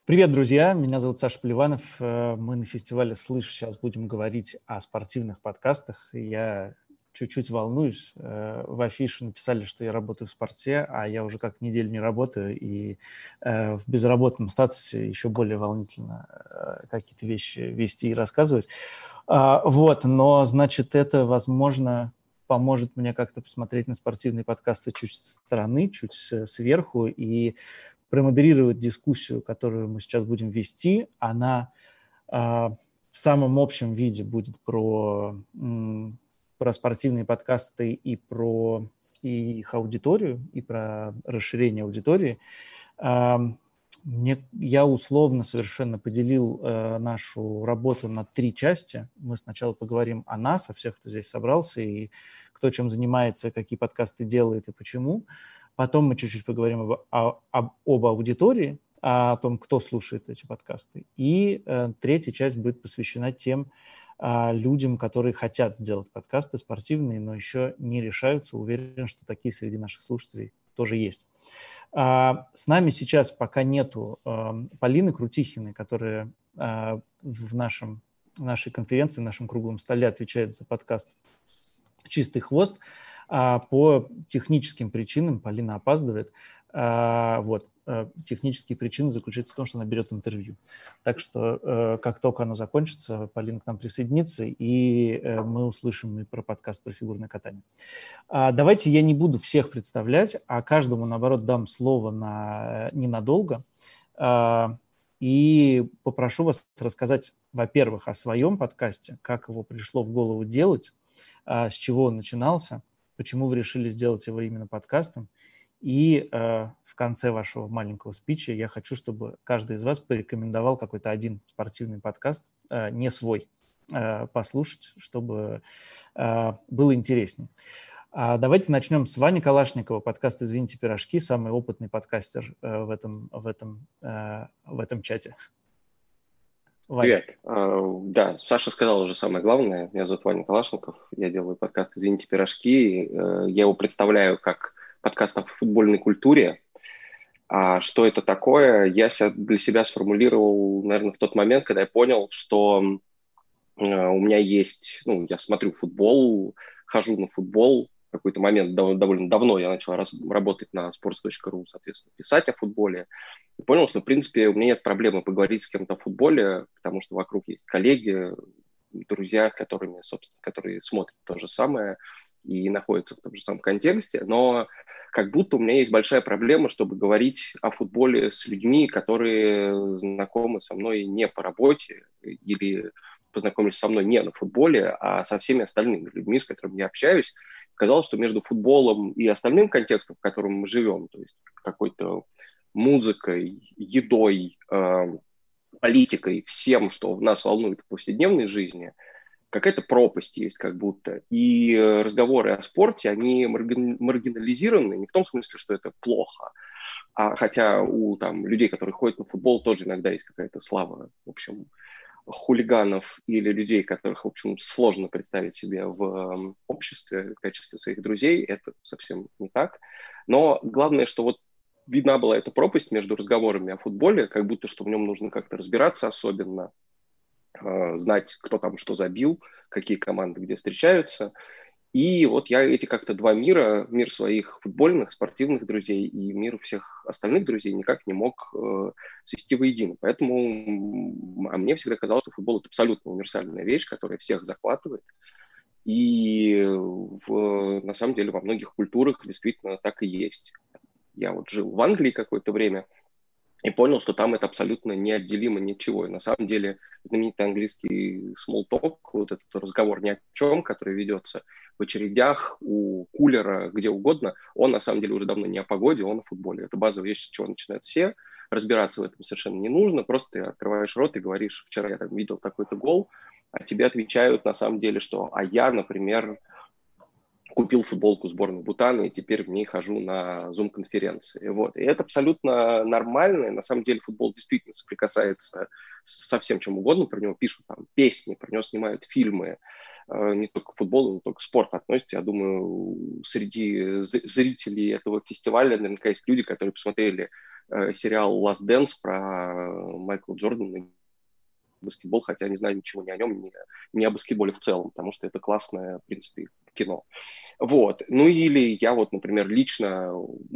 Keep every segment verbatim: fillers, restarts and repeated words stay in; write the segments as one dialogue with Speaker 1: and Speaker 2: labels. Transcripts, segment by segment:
Speaker 1: Привет, друзья! Меня зовут Саша Поливанов. Мы на фестивале «Слышь» сейчас будем говорить о спортивных подкастах. Я чуть-чуть волнуюсь. В афише написали, что я работаю в спорте, а я уже как неделю не работаю, и в безработном статусе еще более волнительно какие-то вещи вести и рассказывать. Вот, но, значит, это, возможно, поможет мне как-то посмотреть на спортивные подкасты чуть со стороны, чуть сверху, и промодерировать дискуссию, которую мы сейчас будем вести. Она э, в самом общем виде будет про, м, про спортивные подкасты и про и их аудиторию, и про расширение аудитории. Э, мне, я условно совершенно поделил э, нашу работу на три части. Мы сначала поговорим о нас, о всех, кто здесь собрался, и кто чем занимается, какие подкасты делает и почему. Потом мы чуть-чуть поговорим об, об, об аудитории, о том, кто слушает эти подкасты. И э, третья часть будет посвящена тем э, людям, которые хотят сделать подкасты спортивные, но еще не решаются. Уверен, что такие среди наших слушателей тоже есть. А, с нами сейчас пока нету э, Полины Крутихиной, которая э, в нашем, нашей конференции, в нашем круглом столе отвечает за подкаст «Чистый хвост». А по техническим причинам Полина опаздывает. А, вот. Технические причины заключаются в том, что она берет интервью. Так что, как только оно закончится, Полина к нам присоединится, и мы услышим и про подкаст про фигурное катание. А давайте я не буду всех представлять, а каждому, наоборот, дам слово на ненадолго. И попрошу вас рассказать, во-первых, о своем подкасте, как его пришло в голову делать, с чего он начинался, почему вы решили сделать его именно подкастом. И э, в конце вашего маленького спича я хочу, чтобы каждый из вас порекомендовал какой-то один спортивный подкаст, э, не свой, э, послушать, чтобы э, было интереснее. А давайте начнем с Вани Калашникова, подкаст «Извините, пирожки», самый опытный подкастер э, в, этом, в, этом, э, в этом чате.
Speaker 2: Ваня. Привет. Uh, да, Саша сказал уже самое главное. Меня зовут Ваня Калашников. Я делаю подкаст «Извините, пирожки». Uh, я его представляю как подкаст о футбольной культуре. А что это такое, я для себя сформулировал, наверное, в тот момент, когда я понял, что uh, у меня есть... Ну, я смотрю футбол, хожу на футбол. В какой-то момент довольно давно я начал раз, работать на sports точка ru, соответственно, писать о футболе. И понял, что, в принципе, у меня нет проблемы поговорить с кем-то о футболе, потому что вокруг есть коллеги, друзья, которыми, собственно, которые смотрят то же самое и находятся в том же самом контексте. Но как будто у меня есть большая проблема, чтобы говорить о футболе с людьми, которые знакомы со мной не по работе или познакомились со мной не на футболе, а со всеми остальными людьми, с которыми я общаюсь. Казалось, что между футболом и остальным контекстом, в котором мы живем, то есть какой-то музыкой, едой, э, политикой, всем, что нас волнует в повседневной жизни, какая-то пропасть есть как будто. И разговоры о спорте, они маргинализированы не в том смысле, что это плохо, а хотя у там, людей, которые ходят на футбол, тоже иногда есть какая-то слава, в общем, хулиганов или людей, которых, в общем, сложно представить себе в обществе в качестве своих друзей. Это совсем не так. Но главное, что вот видна была эта пропасть между разговорами о футболе, как будто что в нем нужно как-то разбираться особенно, э, знать, кто там что забил, какие команды где встречаются. И вот я эти как-то два мира, мир своих футбольных, спортивных друзей и мир всех остальных друзей никак не мог э, свести воедино. Поэтому а мне всегда казалось, что футбол – это абсолютно универсальная вещь, которая всех захватывает. И в, на самом деле во многих культурах действительно так и есть. Я вот жил в Англии какое-то время и понял, что там это абсолютно неотделимо ничего. И на самом деле знаменитый английский small talk, вот этот разговор ни о чем, который ведется в очередях, у кулера, где угодно, он на самом деле уже давно не о погоде, он о футболе. Это базовая вещь, с чего начинают все. Разбираться в этом совершенно не нужно. Просто ты открываешь рот и говоришь: вчера я там видел такой-то гол, а тебе отвечают на самом деле, что а я, например, купил футболку сборной Бутана, и теперь в ней хожу на зум-конференции. Вот. И это абсолютно нормально. И на самом деле футбол действительно соприкасается со всем чем угодно. Про него пишут там песни, про него снимают фильмы. Не только к футболу, но только к спорту относится. Я думаю, среди зрителей этого фестиваля наверняка есть люди, которые посмотрели э, сериал «Last Dance» про Майкла Джордана, баскетбол, хотя не знаю ничего ни о нем, ни, ни о баскетболе в целом, потому что это классное, в принципе, кино. Вот. Ну или я вот, например, лично,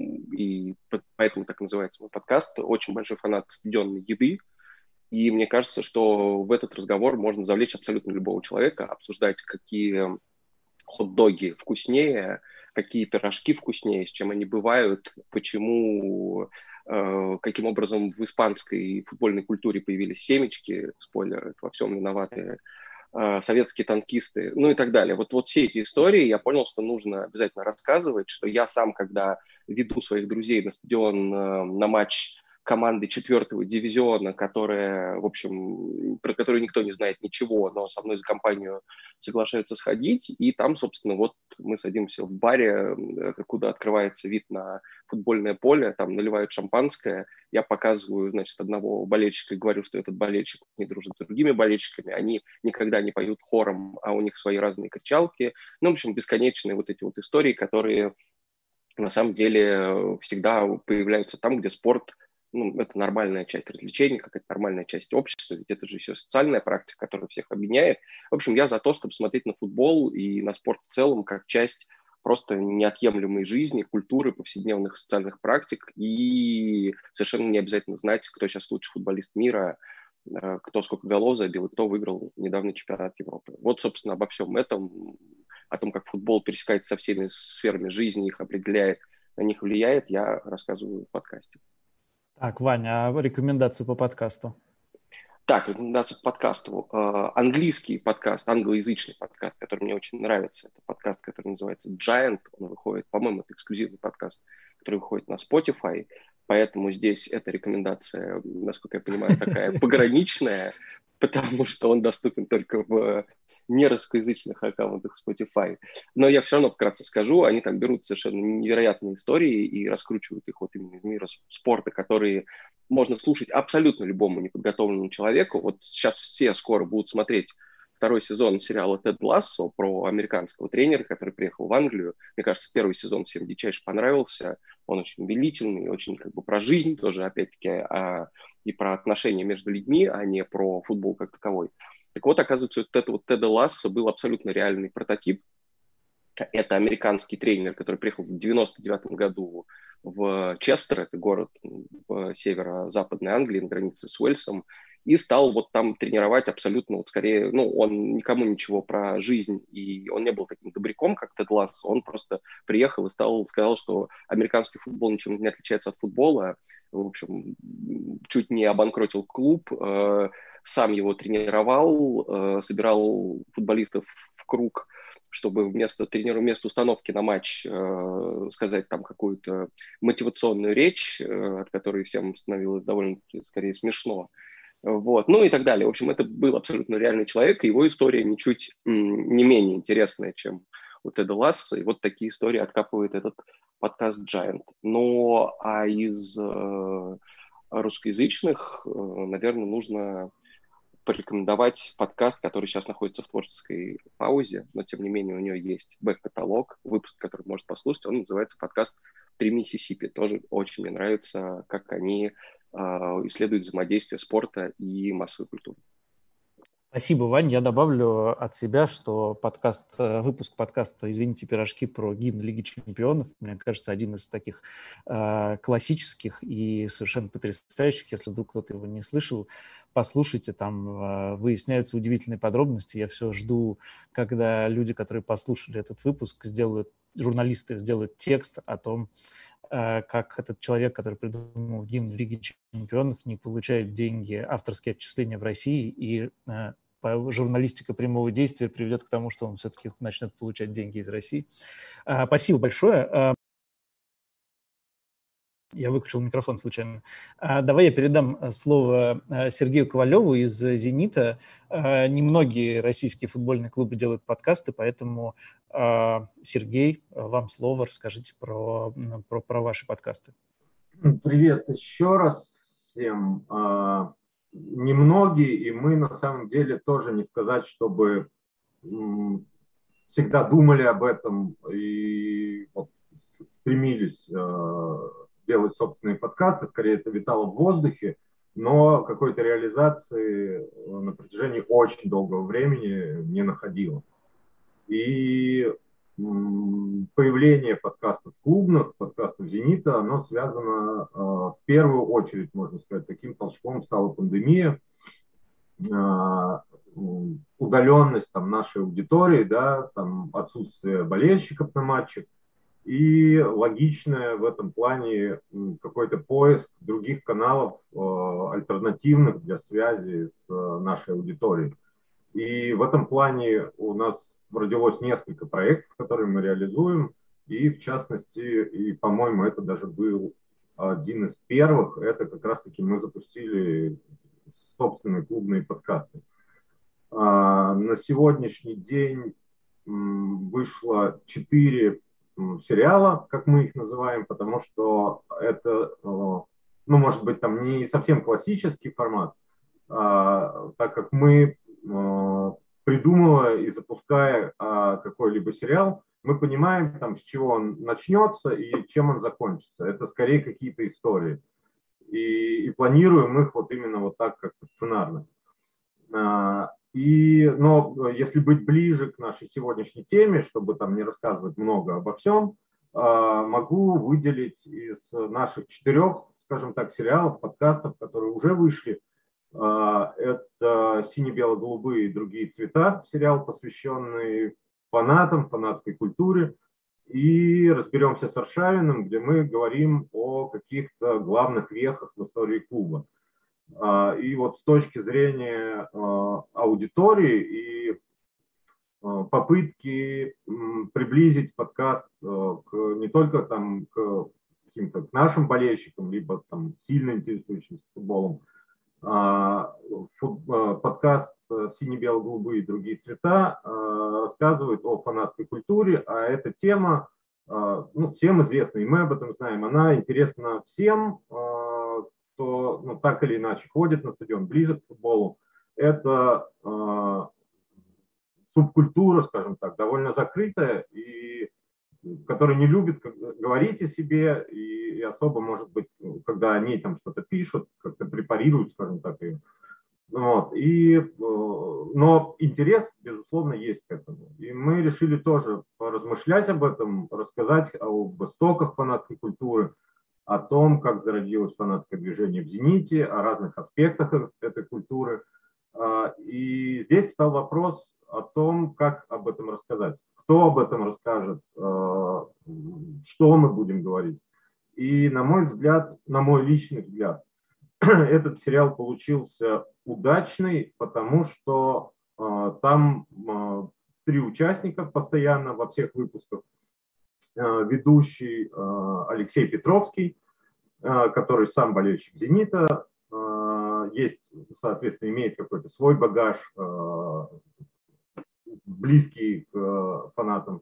Speaker 2: и поэтому так называется мой подкаст, очень большой фанат стадионной еды, и мне кажется, что в этот разговор можно завлечь абсолютно любого человека, обсуждать, какие хот-доги вкуснее, какие пирожки вкуснее, с чем они бывают, почему, э, каким образом в испанской футбольной культуре появились семечки, спойлер, это во всем виноваты э, советские танкисты, ну и так далее. Вот, вот все эти истории я понял, что нужно обязательно рассказывать, что я сам, когда веду своих друзей на стадион, э, на матч команды четвертого дивизиона, которая, в общем, про которую никто не знает ничего, но со мной за компанию соглашаются сходить, и там, собственно, вот мы садимся в баре, куда открывается вид на футбольное поле, там наливают шампанское, я показываю, значит, одного болельщика и говорю, что этот болельщик не дружит с другими болельщиками, они никогда не поют хором, а у них свои разные кричалки, ну, в общем, бесконечные вот эти вот истории, которые на самом деле всегда появляются там, где спорт, ну, это нормальная часть развлечений, какая-то нормальная часть общества, ведь это же еще социальная практика, которая всех объединяет. В общем, я за то, чтобы смотреть на футбол и на спорт в целом как часть просто неотъемлемой жизни, культуры, повседневных социальных практик, и совершенно не обязательно знать, кто сейчас лучший футболист мира, кто сколько голов забил и кто выиграл недавний чемпионат Европы. Вот, собственно, обо всем этом, о том, как футбол пересекается со всеми сферами жизни, их определяет, на них влияет, я рассказываю в подкасте.
Speaker 1: Так, Ваня, а рекомендацию по подкасту?
Speaker 2: Так, рекомендация по подкасту. Английский подкаст, англоязычный подкаст, который мне очень нравится. Это подкаст, который называется Giant. Он выходит, по-моему, это эксклюзивный подкаст, который выходит на Spotify. Поэтому здесь эта рекомендация, насколько я понимаю, такая пограничная, потому что он доступен только в нерусскоязычных аккаунтах Spotify. Но я все равно вкратце скажу, они там берут совершенно невероятные истории и раскручивают их вот именно из мира спорта, которые можно слушать абсолютно любому неподготовленному человеку. Вот сейчас все скоро будут смотреть второй сезон сериала «Тед Лассо» про американского тренера, который приехал в Англию. Мне кажется, первый сезон всем дичайше понравился. Он очень умилительный, очень как бы про жизнь тоже, опять-таки, а, и про отношения между людьми, а не про футбол как таковой. Так вот, оказывается, вот это вот Теда Лассо был абсолютно реальный прототип. Это американский тренер, который приехал в девяносто девятом году в Честер, это город в северо-западной Англии, на границе с Уэльсом, и стал вот там тренировать абсолютно, вот скорее, ну, он никому ничего про жизнь, и он не был таким добряком, как Тед Лассо, он просто приехал и стал, сказал, что американский футбол ничем не отличается от футбола, в общем, чуть не обанкротил клуб, сам его тренировал, собирал футболистов в круг, чтобы вместо тренера, вместо установки на матч э, сказать там какую-то мотивационную речь, э, от которой всем становилось довольно-таки скорее смешно. Вот. Ну и так далее. В общем, это был абсолютно реальный человек, и его история ничуть м, не менее интересная, чем у Теда Лассо. И вот такие истории откапывает этот подкаст Giant. Но а из э, русскоязычных, э, наверное, нужно порекомендовать подкаст, который сейчас находится в творческой паузе, но тем не менее у нее есть бэк-каталог, выпуск, который может послушать, он называется подкаст «Три Миссисипи». Тоже очень мне нравится, как они э, исследуют взаимодействие спорта и массовой культуры.
Speaker 1: Спасибо, Вань. Я добавлю от себя, что подкаст, выпуск подкаста «Извините, пирожки» про гимн Лиги Чемпионов, мне кажется, один из таких э, классических и совершенно потрясающих. Если вдруг кто-то его не слышал, послушайте, там э, выясняются удивительные подробности. Я все жду, когда люди, которые послушали этот выпуск, сделают, журналисты сделают текст о том, э, как этот человек, который придумал гимн Лиги Чемпионов, не получает деньги, авторские отчисления в России, и э, журналистика прямого действия приведет к тому, что он все-таки начнет получать деньги из России. А, спасибо большое. А, я выключил микрофон случайно. А, давай я передам слово Сергею Ковалеву из «Зенита». А, немногие российские футбольные клубы делают подкасты, поэтому, а, Сергей, вам слово. Расскажите про, про, про ваши подкасты.
Speaker 3: Привет еще раз всем. Немногие, и мы на самом деле тоже не сказать, чтобы всегда думали об этом и вот стремились делать делать собственные подкасты, скорее это витало в воздухе, но какой-то реализации на протяжении очень долгого времени не находило. И появление подкастов клубных, подкастов «Зенита», оно связано в первую очередь, можно сказать, таким толчком стала пандемия, удаленность там, нашей аудитории, да, там, отсутствие болельщиков на матчах и логичное в этом плане какой-то поиск других каналов э, альтернативных для связи с э, нашей аудиторией. И в этом плане у нас родилось несколько проектов, которые мы реализуем, и в частности, и, по-моему, это даже был один из первых, это как раз-таки мы запустили собственные клубные подкасты. А, на сегодняшний день м, вышло четыре м, сериала, как мы их называем, потому что это, ну, может быть, там не совсем классический формат, а, так как мы, а, придумывая и запуская а, какой-либо сериал, мы понимаем, там, с чего он начнется и чем он закончится. Это скорее какие-то истории. И, и планируем их вот именно вот так, как сценарно. И, но если быть ближе к нашей сегодняшней теме, чтобы там не рассказывать много обо всем, могу выделить из наших четырех, скажем так, сериалов, подкастов, которые уже вышли. Это «Сине-бело-голубые и другие цвета», сериал, посвященный фанатам, фанатской культуре. И «Разберемся с Аршавиным», где мы говорим о каких-то главных вехах в истории клуба. И вот с точки зрения аудитории и попытки приблизить подкаст к, не только там, к каким-то к нашим болельщикам, либо там сильно интересующимся футболом, подкаст «Сине-бело-голубые и другие цвета» рассказывает о фанатской культуре, а эта тема, ну, всем известна, и мы об этом знаем, она интересна всем, кто, ну, так или иначе ходит на стадион, ближе к футболу. Это э, субкультура, скажем так, довольно закрытая, и которая не любит говорить о себе, и, и особо, может быть, когда они там что-то пишут, как-то препарируют, скажем так, ее. Вот. И, э, но интерес, безусловно, есть к этому. И мы решили тоже поразмышлять об этом, рассказать об истоках фанатской культуры, о том, как зародилось фанатское движение в «Зените», о разных аспектах этой культуры. И здесь встал вопрос о том, как об этом рассказать, кто об этом расскажет, что мы будем говорить. И, на мой взгляд, на мой личный взгляд, этот сериал получился удачный, потому что там три участника постоянно во всех выпусках. Ведущий Алексей Петровский, который сам болельщик «Зенита», есть, соответственно, имеет какой-то свой багаж, близкий к фанатам.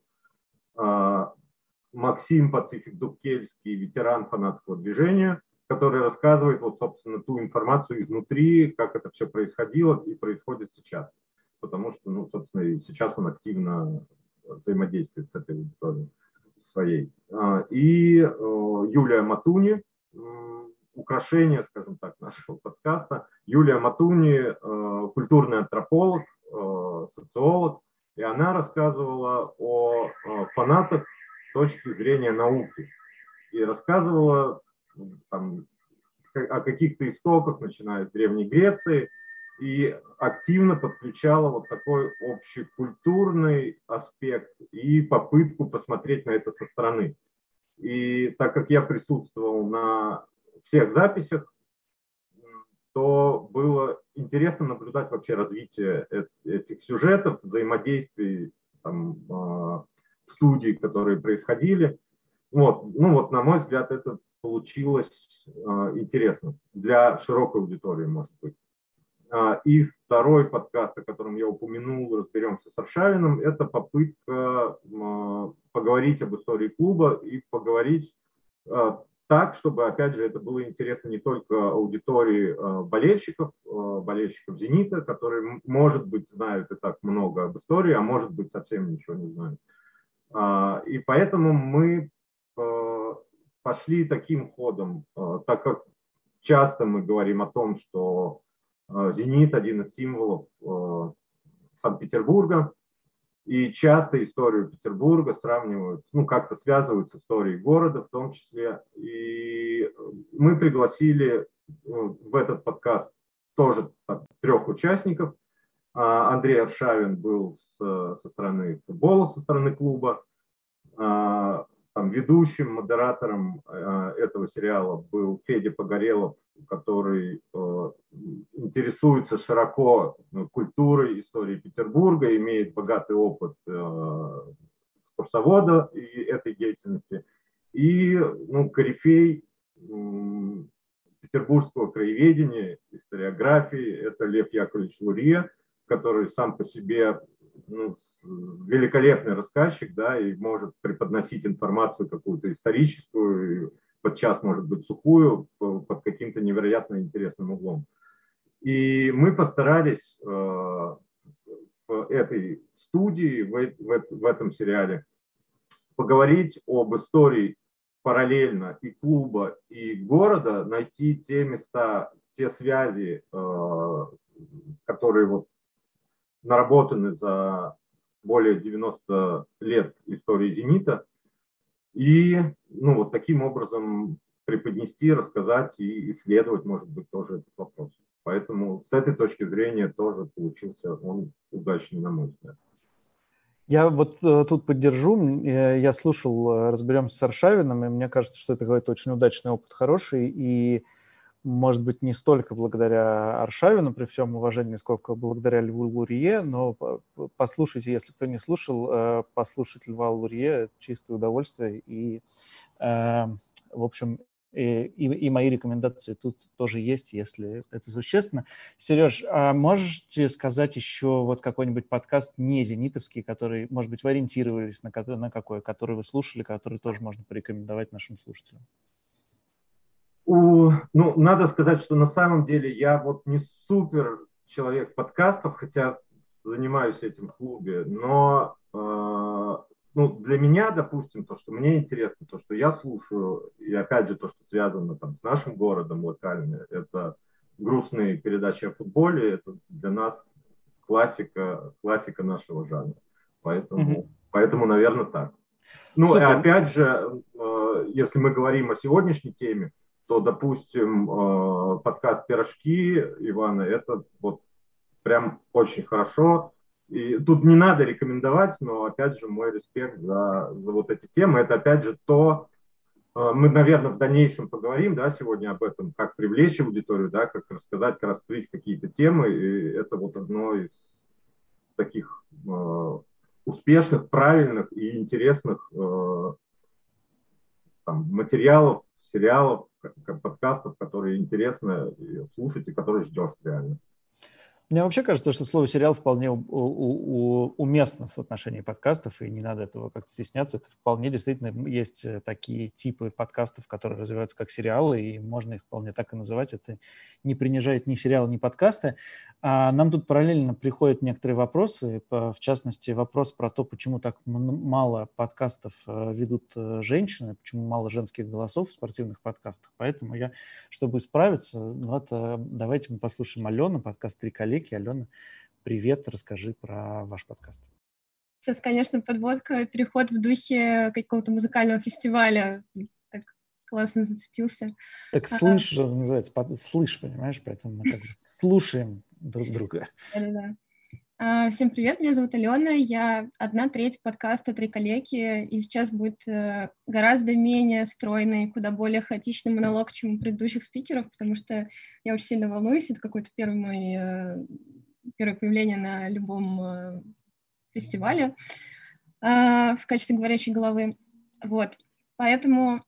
Speaker 3: Максим Пацифик-Дубкельский, ветеран фанатского движения, который рассказывает, вот, собственно, ту информацию изнутри, как это все происходило и происходит сейчас. Потому что, ну, собственно, и сейчас он активно взаимодействует с этой аудиторией своей. И Юлия Матуни, украшение, скажем так, нашего подкаста. Юлия Матуни, культурный антрополог, социолог, и она рассказывала о фанатах с точки зрения науки. И рассказывала там о каких-то истоках, начиная с Древней Греции, и активно подключала вот такой общекультурный аспект и попытку посмотреть на это со стороны. И так как я присутствовал на всех записях, то было интересно наблюдать вообще развитие этих сюжетов, взаимодействий там, в студии, которые происходили. Вот. Ну вот, на мой взгляд, это получилось интересно для широкой аудитории, может быть. И второй подкаст, о котором я упомянул, «Разберемся с Аршавиным», это попытка поговорить об истории клуба и поговорить так, чтобы, опять же, это было интересно не только аудитории болельщиков, болельщиков «Зенита», которые, может быть, знают и так много об истории, а может быть, совсем ничего не знают. И поэтому мы пошли таким ходом, так как часто мы говорим о том, что «Зенит» – один из символов Санкт-Петербурга, и часто историю Петербурга сравнивают, ну, как-то связывают с историей города в том числе. И мы пригласили в этот подкаст тоже трех участников. Андрей Аршавин был с, со стороны футбола, со стороны клуба. Там, ведущим, модератором этого сериала был Федя Погорелов, который интересуется широко культурой, историей Петербурга, имеет богатый опыт экскурсовода и этой деятельности. И, ну, корифей петербургского краеведения, историографии – это Лев Яковлевич Лурье, который сам по себе, ну, великолепный рассказчик, да, и может преподносить информацию какую-то историческую, подчас, может быть, сухую, под каким-то невероятно интересным углом. И мы постарались э, в этой студии, в, в, в этом сериале поговорить об истории параллельно и клуба, и города, найти те места, те связи, э, которые вот наработаны за более девяноста лет истории «Зенита», и, ну, вот таким образом преподнести, рассказать и исследовать, может быть, тоже этот вопрос. Поэтому с этой точки зрения тоже получился он удачный, на мой взгляд.
Speaker 1: Я вот э, тут поддержу. Я, я слушал «Разберемся с Аршавиным», и мне кажется, что это какой-то очень удачный опыт, хороший, и может быть, не столько благодаря Аршавину, при всем уважении, сколько благодаря Льву Лурье, но послушайте, если кто не слушал, послушать Льва Лурье – чистое удовольствие. И, в общем, и, и, и мои рекомендации тут тоже есть, если это существенно. Сереж, а можете сказать еще вот какой-нибудь подкаст не зенитовский, который, может быть, вы ориентировались на, на какой, который вы слушали, который тоже можно порекомендовать нашим слушателям?
Speaker 3: У, ну, надо сказать, что на самом деле я вот не супер человек подкастов, хотя занимаюсь этим в клубе, но э, ну, для меня, допустим, то, что мне интересно, то, что я слушаю, и опять же то, что связано там с нашим городом локально, это грустные передачи о футболе, это для нас классика, классика нашего жанра. Поэтому, mm-hmm. поэтому наверное, так. Ну, Супер. И опять же, э, если мы говорим о сегодняшней теме, то, допустим, подкаст «Пирожки» Ивана, это вот прям очень хорошо. И тут не надо рекомендовать, но, опять же, мой респект за, за вот эти темы. Это, опять же, то, мы, наверное, в дальнейшем поговорим, да, сегодня об этом, как привлечь аудиторию, да, как рассказать, как раскрыть какие-то темы. И это вот одно из таких э, успешных, правильных и интересных э, там, материалов, сериалов, подкастов, которые интересно слушать и которые ждешь реально.
Speaker 1: Мне вообще кажется, что слово «сериал» вполне у, у, у, уместно в отношении подкастов, и не надо этого как-то стесняться. Это вполне действительно есть такие типы подкастов, которые развиваются как сериалы, и можно их вполне так и называть. Это не принижает ни сериалы, ни подкасты. А нам тут параллельно приходят некоторые вопросы, в частности, вопрос про то, почему так мало подкастов ведут женщины, почему мало женских голосов в спортивных подкастах. Поэтому я, чтобы исправиться, вот, давайте мы послушаем Алену, подкаст «Три коллеги». Алена, привет, расскажи про ваш подкаст.
Speaker 4: Сейчас, конечно, подводка, переход в духе какого-то музыкального фестиваля. Так классно зацепился.
Speaker 1: Так слышь, а, называется, под, слышь, понимаешь, поэтому мы как бы слушаем друг друга.
Speaker 4: Да-да-да. Всем привет, меня зовут Алена, я одна треть подкаста «Три коллеги», и сейчас будет гораздо менее стройный, куда более хаотичный монолог, чем у предыдущих спикеров, потому что я очень сильно волнуюсь, это какой-то первый мой, первое появление на любом фестивале в качестве говорящей головы. Вот, поэтому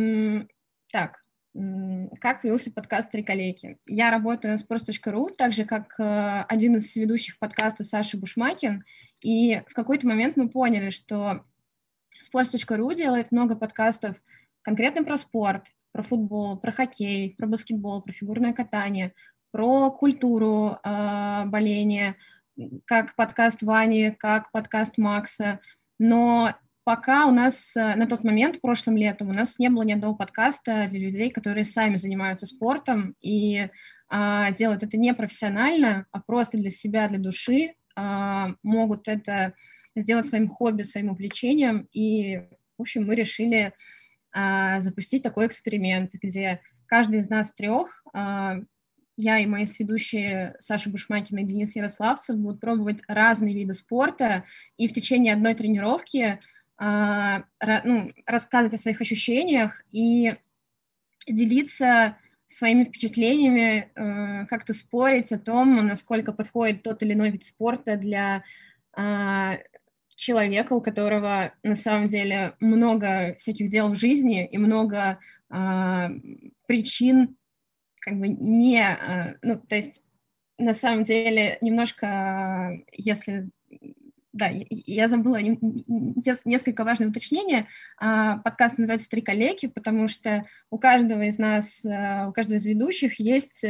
Speaker 4: так. Как появился подкаст «Три коллеги». Я работаю на sports точка ru, так же, как э, один из ведущих подкаста Саша Бушмакин, и в какой-то момент мы поняли, что sports точка ru делает много подкастов конкретно про спорт, про футбол, про хоккей, про баскетбол, про фигурное катание, про культуру э, боления, как подкаст Вани, как подкаст Макса, но пока у нас на тот момент, прошлым летом, у нас не было ни одного подкаста для людей, которые сами занимаются спортом и а, делают это не профессионально, а просто для себя, для души, а, могут это сделать своим хобби, своим увлечением. И, в общем, мы решили а, запустить такой эксперимент, где каждый из нас трех, а, я и мои сведущие Саша Бушмакина и Денис Ярославцев, будут пробовать разные виды спорта и в течение одной тренировки а, ра, ну, рассказывать о своих ощущениях и делиться своими впечатлениями, э, как-то спорить о том, насколько подходит тот или иной вид спорта для э, человека, у которого на самом деле много всяких дел в жизни и много э, причин, как бы не, э, ну, то есть на самом деле немножко, если... Да, я забыла несколько важных уточнений. Подкаст называется «Три коллеги», потому что у каждого из нас, у каждого из ведущих есть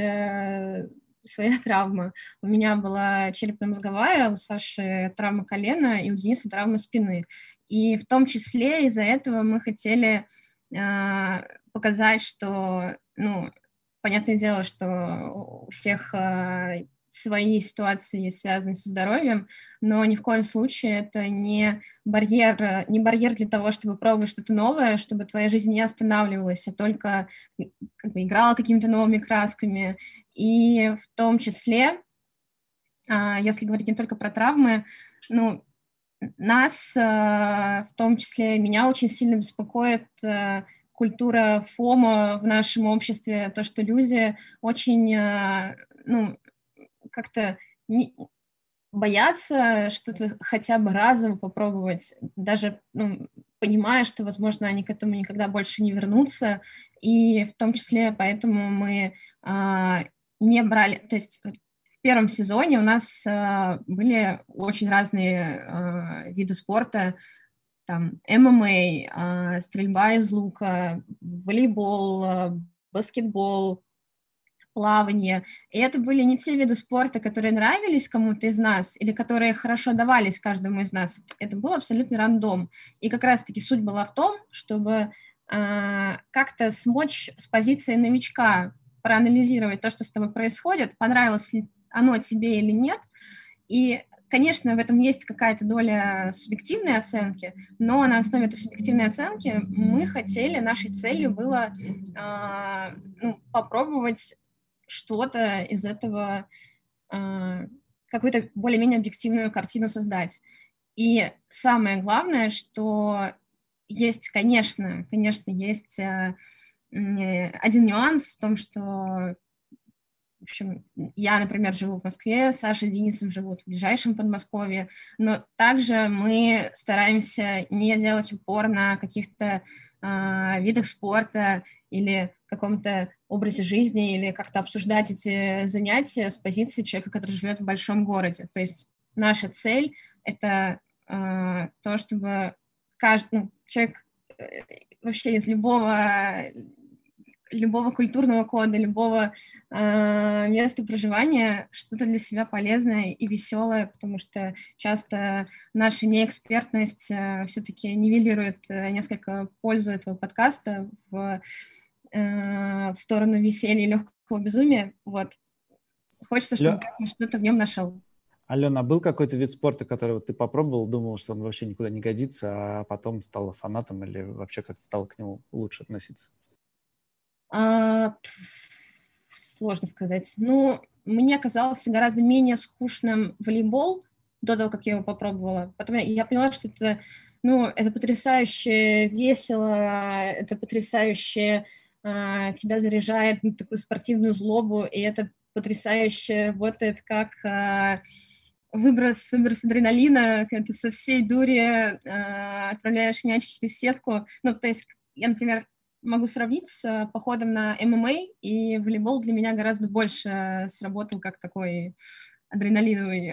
Speaker 4: своя травма. У меня была черепно-мозговая, у Саши травма колена, и у Дениса травма спины. И в том числе из-за этого мы хотели показать, что, ну, понятное дело, что у всех свои ситуации, связанные со здоровьем, но ни в коем случае это не барьер, не барьер для того, чтобы пробовать что-то новое, чтобы твоя жизнь не останавливалась, а только как бы играла какими-то новыми красками. И в том числе, если говорить не только про травмы, ну, нас, в том числе меня, очень сильно беспокоит культура фомо в нашем обществе, то, что люди очень, ну, как-то не, боятся что-то хотя бы разово попробовать, даже, ну, понимая, что, возможно, они к этому никогда больше не вернутся, и в том числе поэтому мы а, не брали, то есть в первом сезоне у нас а, были очень разные а, виды спорта, там эм эм а, а, стрельба из лука, волейбол, а, баскетбол, плавание. И это были не те виды спорта, которые нравились кому-то из нас или которые хорошо давались каждому из нас. Это был абсолютно рандом. И как раз-таки суть была в том, чтобы э, как-то смочь с позиции новичка проанализировать то, что с тобой происходит, понравилось ли оно тебе или нет. И, конечно, в этом есть какая-то доля субъективной оценки, но на основе этой субъективной оценки мы хотели, нашей целью было э, ну, попробовать что-то из этого, э, какую-то более-менее объективную картину создать. И самое главное, что есть, конечно, конечно, есть э, один нюанс в том, что, в общем, я, например, живу в Москве, Саша и Денисом живут в ближайшем Подмосковье, но также мы стараемся не делать упор на каких-то э, видах спорта или каком-то образе жизни, или как-то обсуждать эти занятия с позиции человека, который живет в большом городе. То есть наша цель — это э, то, чтобы каждый, ну, человек э, вообще из любого, любого культурного кода, любого э, места проживания что-то для себя полезное и веселое, потому что часто наша неэкспертность э, все-таки нивелирует э, несколько пользу этого подкаста в в сторону веселья и легкого безумия, вот. Хочется, чтобы Лё... как-то что-то в нем нашел.
Speaker 1: Алена, а был какой-то вид спорта, который вот ты попробовал, думал, что он вообще никуда не годится, а потом стала фанатом или вообще как-то стал к нему лучше относиться?
Speaker 4: А, сложно сказать. Ну, мне казался гораздо менее скучным волейбол до того, как я его попробовала. Потом я, я поняла, что это, ну, это потрясающе весело, это потрясающе тебя заряжает на такую спортивную злобу, и это потрясающе работает как а, выброс, выброс адреналина, когда ты со всей дури а, отправляешь мяч через сетку. Ну, то есть я, например, могу сравнить с походом на эм эм а, и волейбол для меня гораздо больше сработал как такой адреналиновый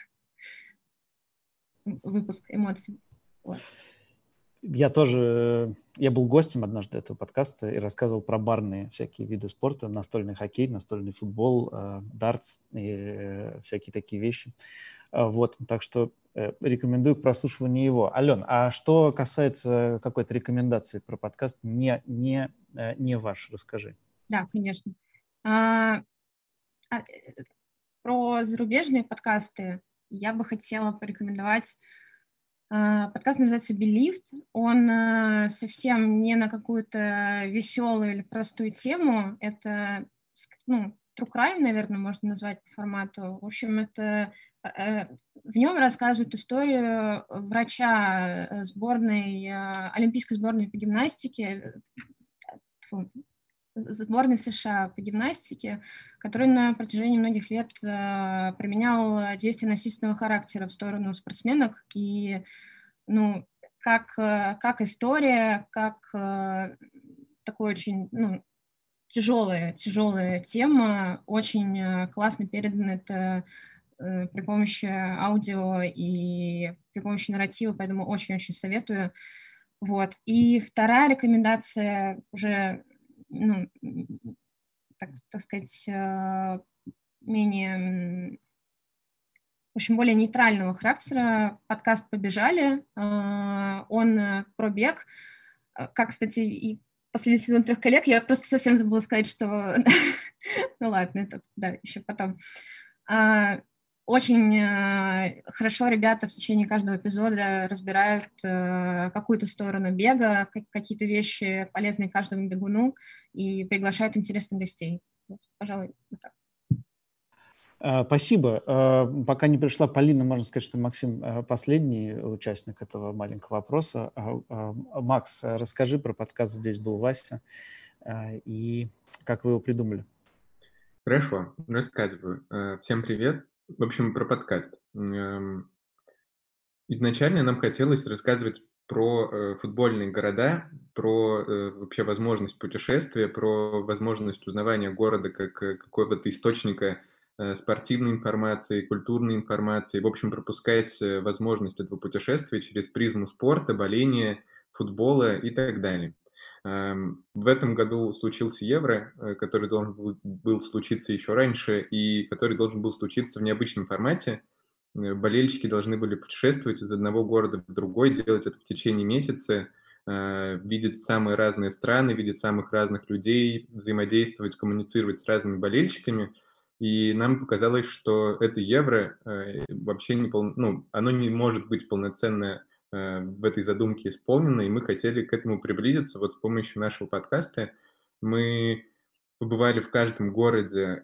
Speaker 4: выпуск эмоций. Вот.
Speaker 1: Я тоже, я был гостем однажды этого подкаста и рассказывал про барные всякие виды спорта, настольный хоккей, настольный футбол, дартс и всякие такие вещи. Вот, так что рекомендую к прослушиванию его. Ален, а что касается какой-то рекомендации про подкаст, не, не, не ваш, расскажи.
Speaker 4: Да, конечно. А, а, про зарубежные подкасты я бы хотела порекомендовать. А, подкаст называется Believed. Он а, совсем не на какую-то веселую или простую тему. Это, ну, true crime, наверное, можно назвать по формату. В общем, это в нем рассказывают историю врача сборной, олимпийской сборной по гимнастике, сборной США по гимнастике, который на протяжении многих лет применял действия насильственного характера в сторону спортсменок. И, ну, как, как история, как такой очень, ну, тяжелая, тяжелая тема, очень классно передана это при помощи аудио и при помощи нарратива, поэтому очень-очень советую. Вот. И вторая рекомендация уже, ну, так, так сказать, менее, в общем, более нейтрального характера. Подкаст «Побежали». Он про бег. Как, кстати, и последний сезон «Трех коллег». Я просто совсем забыла сказать, что... Ну ладно, это, да, еще потом. Очень э, хорошо ребята в течение каждого эпизода разбирают э, какую-то сторону бега, как, какие-то вещи полезные каждому бегуну и приглашают интересных гостей. Вот, пожалуй, вот так.
Speaker 1: Спасибо. Пока не пришла Полина, можно сказать, что Максим последний участник этого маленького вопроса. Макс, расскажи про подкаст «Здесь был Вася» и как вы его придумали.
Speaker 5: Хорошо, рассказываю. Всем привет. В общем, про подкаст. Изначально нам хотелось рассказывать про футбольные города, про вообще возможность путешествия, про возможность узнавания города как какого-то источника спортивной информации, культурной информации. В общем, пропускать возможность этого путешествия через призму спорта, боления, футбола и так далее. В этом году случился Евро, который должен был случиться еще раньше и который должен был случиться в необычном формате. Болельщики должны были путешествовать из одного города в другой, делать это в течение месяца, видеть самые разные страны, видеть самых разных людей, взаимодействовать, коммуницировать с разными болельщиками. И нам показалось, что это Евро вообще не пол... ну, оно не может быть полноценно в этой задумке исполнено, и мы хотели к этому приблизиться вот с помощью нашего подкаста. Мы побывали в каждом городе,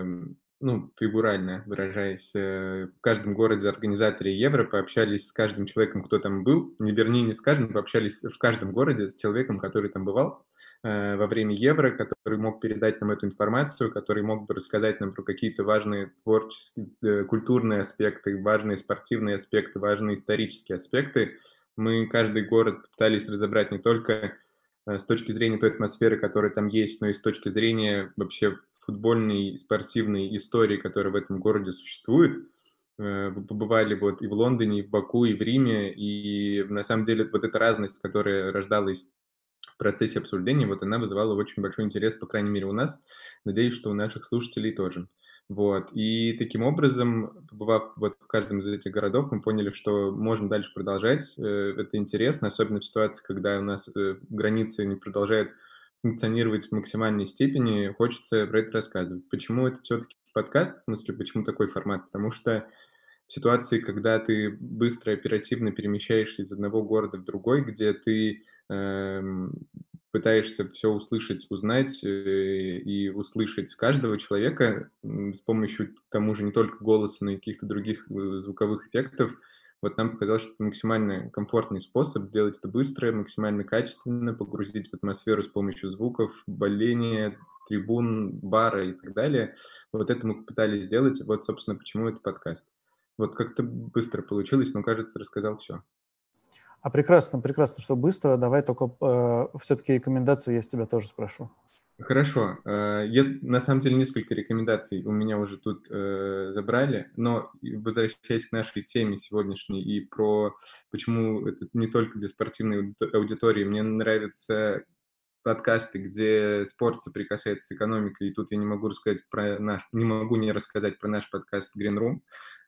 Speaker 5: ну, фигурально выражаясь, в каждом городе организаторе Евро, пообщались с каждым человеком, кто там был, не вернее, не с каждым, пообщались в каждом городе с человеком, который там бывал во время Евро, который мог передать нам эту информацию, который мог бы рассказать нам про какие-то важные творческие, культурные аспекты, важные спортивные аспекты, важные исторические аспекты. Мы каждый город пытались разобрать не только с точки зрения той атмосферы, которая там есть, но и с точки зрения вообще футбольной, спортивной истории, которая в этом городе существует. Побывали вот и в Лондоне, и в Баку, и в Риме, и на самом деле вот эта разность, которая рождалась в процессе обсуждения, вот она вызывала очень большой интерес, по крайней мере, у нас. Надеюсь, что у наших слушателей тоже. Вот. И таким образом, побывав вот в каждом из этих городов, мы поняли, что можем дальше продолжать. Это интересно, особенно в ситуации, когда у нас границы не продолжают функционировать в максимальной степени. Хочется про это рассказывать. Почему это все-таки подкаст? В смысле, почему такой формат? Потому что в ситуации, когда ты быстро, оперативно перемещаешься из одного города в другой, где ты э, пытаешься все услышать, узнать э, и услышать каждого человека э, с помощью, к тому же, не только голоса, но и каких-то других э, звуковых эффектов, вот нам показалось, что это максимально комфортный способ делать это быстро, максимально качественно, погрузить в атмосферу с помощью звуков, боления, трибун, бара и так далее. Вот это мы пытались сделать, вот, собственно, почему это подкаст. Вот как-то быстро получилось, но, кажется, рассказал все.
Speaker 1: А прекрасно, прекрасно, что быстро. Давай только э, все-таки рекомендацию я с тебя тоже спрошу.
Speaker 5: Хорошо. Я, на самом деле, несколько рекомендаций у меня уже тут э, забрали, но возвращаясь к нашей теме сегодняшней и про почему это не только для спортивной аудитории, мне нравятся подкасты, где спорт соприкасается с экономикой, и тут я не могу рассказать про наш, не могу не рассказать про наш подкаст Green Room.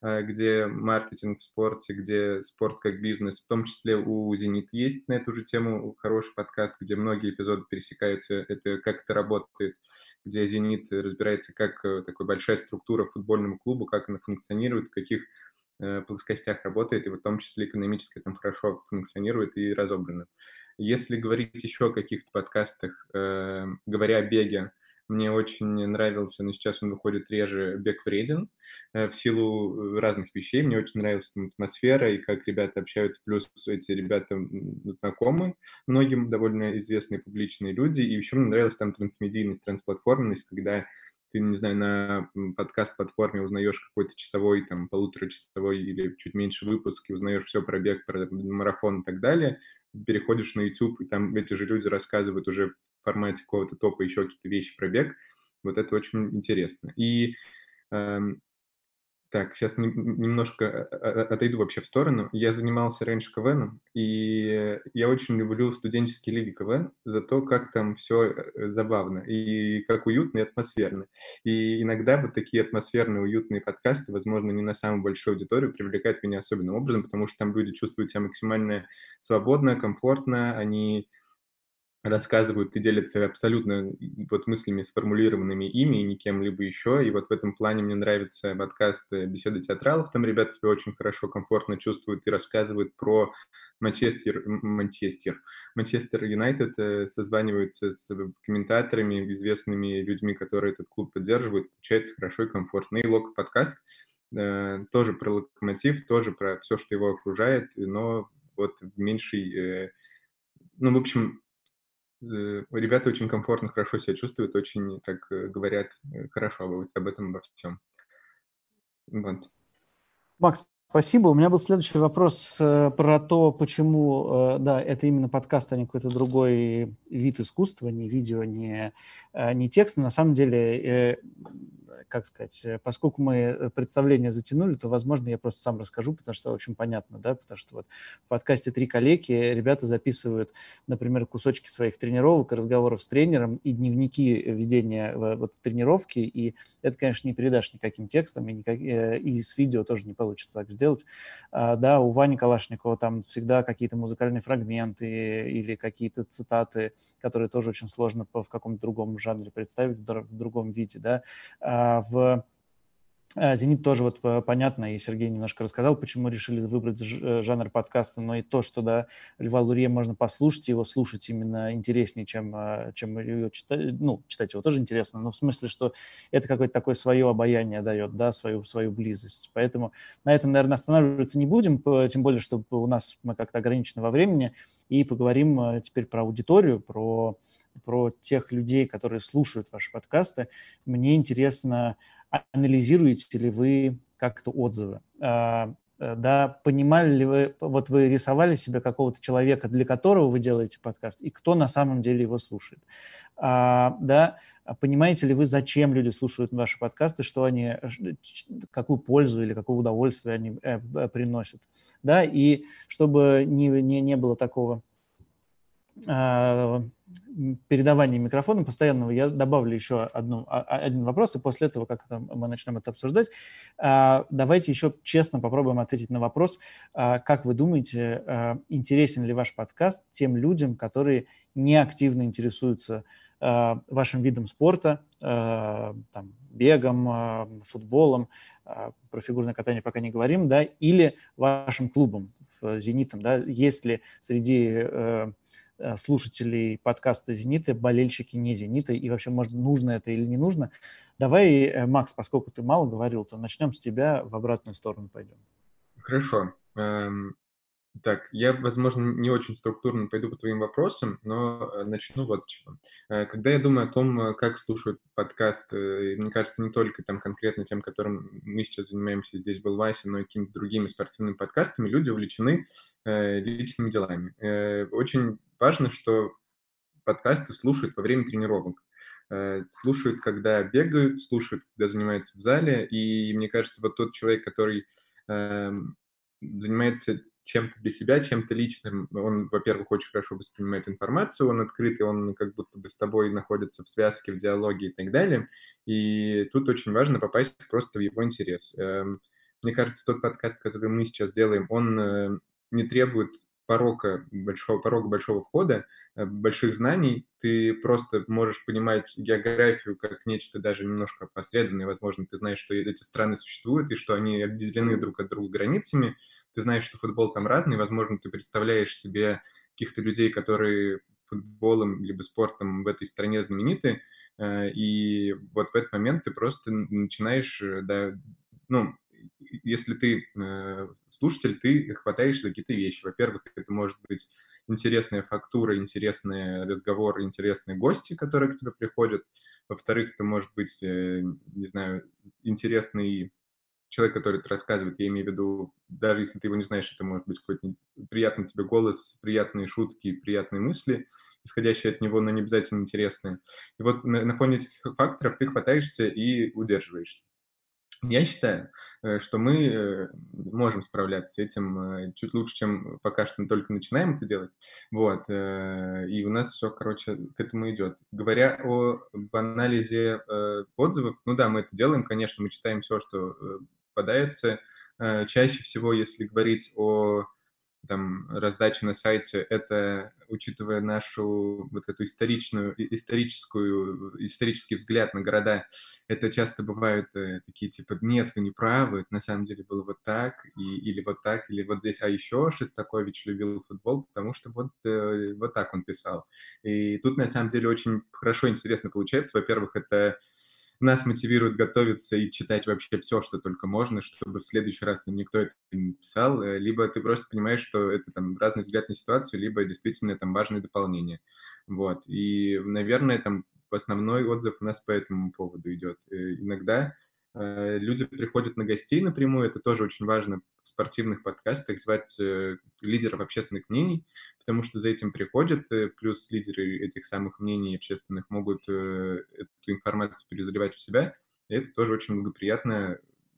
Speaker 5: где маркетинг в спорте, где спорт как бизнес. В том числе у «Зенит» есть на эту же тему хороший подкаст, где многие эпизоды пересекаются, это «Как это работает», где «Зенит» разбирается, как такая большая структура футбольного клуба, как она функционирует, в каких плоскостях работает, и в том числе экономически там хорошо функционирует и разобрано. Если говорить еще о каких-то подкастах, э, говоря о беге, мне очень нравился, но сейчас он выходит реже, «Бег вреден», э, в силу разных вещей. Мне очень нравилась там атмосфера и как ребята общаются, плюс эти ребята знакомы многим, довольно известные публичные люди, и еще мне нравилась там трансмедийность, трансплатформенность, когда ты, не знаю, на подкаст-платформе узнаешь какой-то часовой, там, полуторачасовой или чуть меньше выпуск, и узнаешь все про бег, про марафон и так далее, переходишь на YouTube, и там эти же люди рассказывают уже в формате какого-то топа еще какие-то вещи про бег. Вот это очень интересно. И эм, так, сейчас не, немножко отойду вообще в сторону. Я занимался раньше КВНом, и я очень люблю студенческие лиги КВН за то, как там все забавно, и как уютно и атмосферно. И иногда вот такие атмосферные, уютные подкасты, возможно, не на самую большую аудиторию, привлекают меня особенным образом, потому что там люди чувствуют себя максимально свободно, комфортно, они рассказывают и делятся абсолютно вот мыслями, сформулированными ими и никем либо еще. И вот в этом плане мне нравится подкаст «Беседы театралов». Там ребята себя очень хорошо, комфортно чувствуют и рассказывают про Манчестер, Манчестер, Манчестер Юнайтед, созваниваются с комментаторами, известными людьми, которые этот клуб поддерживают. Получается хорошо и комфортно. И Лока подкаст тоже про Локомотив, тоже про все, что его окружает, но вот в меньшей... Ну, в общем, ребята очень комфортно, хорошо себя чувствуют, очень так говорят хорошо об, об этом, обо всем. Вот.
Speaker 1: Макс, спасибо. У меня был следующий вопрос э, про то, почему, э, да, это именно подкаст, а не какой-то другой вид искусства, не видео, не, э, не текст. Но на самом деле, э, как сказать, поскольку мы представление затянули, то, возможно, я просто сам расскажу, потому что очень понятно, да, потому что вот в подкасте «Три коллеги» ребята записывают, например, кусочки своих тренировок и разговоров с тренером и дневники ведения вот, тренировки, и это, конечно, не передашь никаким текстом, и, никак, и с видео тоже не получится так сделать. А, да, у Вани Калашникова там всегда какие-то музыкальные фрагменты или какие-то цитаты, которые тоже очень сложно в каком-то другом жанре представить, в другом виде, да. А, в «Зенит» тоже вот понятно, и Сергей немножко рассказал, почему решили выбрать жанр подкаста, но и то, что, да, Льва Лурье можно послушать, его слушать именно интереснее, чем, чем ее читать, ну, читать его тоже интересно, но в смысле, что это какое-то такое свое обаяние дает, да, свою, свою близость. Поэтому на этом, наверное, останавливаться не будем, тем более, что у нас мы как-то ограничены во времени, и поговорим теперь про аудиторию, про, про тех людей, которые слушают ваши подкасты. Мне интересно, анализируете ли вы как-то отзывы? А, да, понимали ли вы, вот вы рисовали себе какого-то человека, для которого вы делаете подкаст, и кто на самом деле его слушает? А, да, понимаете ли вы, зачем люди слушают ваши подкасты, что они, какую пользу или какое удовольствие они э, приносят? Да, и чтобы не, не, не было такого передавания микрофона постоянного, я добавлю еще одну, один вопрос, и после этого как-то мы начнем это обсуждать. Давайте еще честно попробуем ответить на вопрос, как вы думаете, интересен ли ваш подкаст тем людям, которые не активно интересуются вашим видом спорта, там, бегом, футболом, про фигурное катание пока не говорим, да, или вашим клубом, «Зенитом», да, есть ли среди слушателей подкаста «Зенита» болельщики не «Зенита», и вообще, может, нужно это или не нужно. Давай, Макс, поскольку ты мало говорил, то начнем с тебя, в обратную сторону пойдем.
Speaker 5: Хорошо. Так, я, возможно, не очень структурно пойду по твоим вопросам, но начну вот с чего. Когда я думаю о том, как слушают подкаст, мне кажется, не только там конкретно тем, которым мы сейчас занимаемся здесь в Илвасе, но и какими-то другими спортивными подкастами, люди увлечены личными делами. Очень важно, что подкасты слушают во время тренировок. Слушают, когда бегают, слушают, когда занимаются в зале. И мне кажется, вот тот человек, который занимается чем-то для себя, чем-то личным, он, во-первых, очень хорошо воспринимает информацию, он открытый, он как будто бы с тобой находится в связке, в диалоге и так далее. И тут очень важно попасть просто в его интерес. мне кажется, тот подкаст, который мы сейчас делаем, он не требует порока большого, порога большого входа, больших знаний. Ты просто можешь понимать географию как нечто даже немножко опосредованное. Возможно, ты знаешь, что эти страны существуют и что они отделены друг от друга границами. Ты знаешь, что футбол там разный. Возможно, ты представляешь себе каких-то людей, которые футболом либо спортом в этой стране знамениты. И вот в этот момент ты просто начинаешь, да, ну, если ты э, слушатель, ты хватаешься за какие-то вещи. Во-первых, это может быть интересная фактура, интересный разговор, интересные гости, которые к тебе приходят. Во-вторых, это может быть, э, не знаю, интересный человек, который рассказывает. Я имею в виду, даже если ты его не знаешь, это может быть какой-то приятный тебе голос, приятные шутки, приятные мысли, исходящие от него, но не обязательно интересные. И вот на, на фоне этих факторов ты хватаешься и удерживаешься. Я считаю, что мы можем справляться с этим чуть лучше, чем пока что мы только начинаем это делать. Вот. И у нас все, короче, к этому идет. Говоря о об анализе отзывов, ну да, мы это делаем, конечно, мы читаем все, что попадается. Чаще всего, если говорить о там, раздачи на сайте, это, учитывая нашу вот эту историчную, историческую, исторический взгляд на города, это часто бывают э, такие типа, нет, вы не правы, это на самом деле было вот так, и, или вот так, или вот здесь, а еще Шостакович любил футбол, потому что вот, э, вот так он писал. И тут на самом деле очень хорошо, интересно получается. Во-первых, это нас мотивирует готовиться и читать вообще все, что только можно, чтобы в следующий раз нам никто это не написал. Либо ты просто понимаешь, что это там разный взгляд на ситуацию, либо действительно там важное дополнение. Вот. И, наверное, там основной отзыв у нас по этому поводу идет. Иногда э, люди приходят на гостей напрямую, это тоже очень важно в спортивных подкастах, звать э, лидеров общественных мнений, потому что за этим приходят, плюс лидеры этих самых мнений общественных могут э, эту информацию перезаливать у себя, и это тоже очень благоприятно,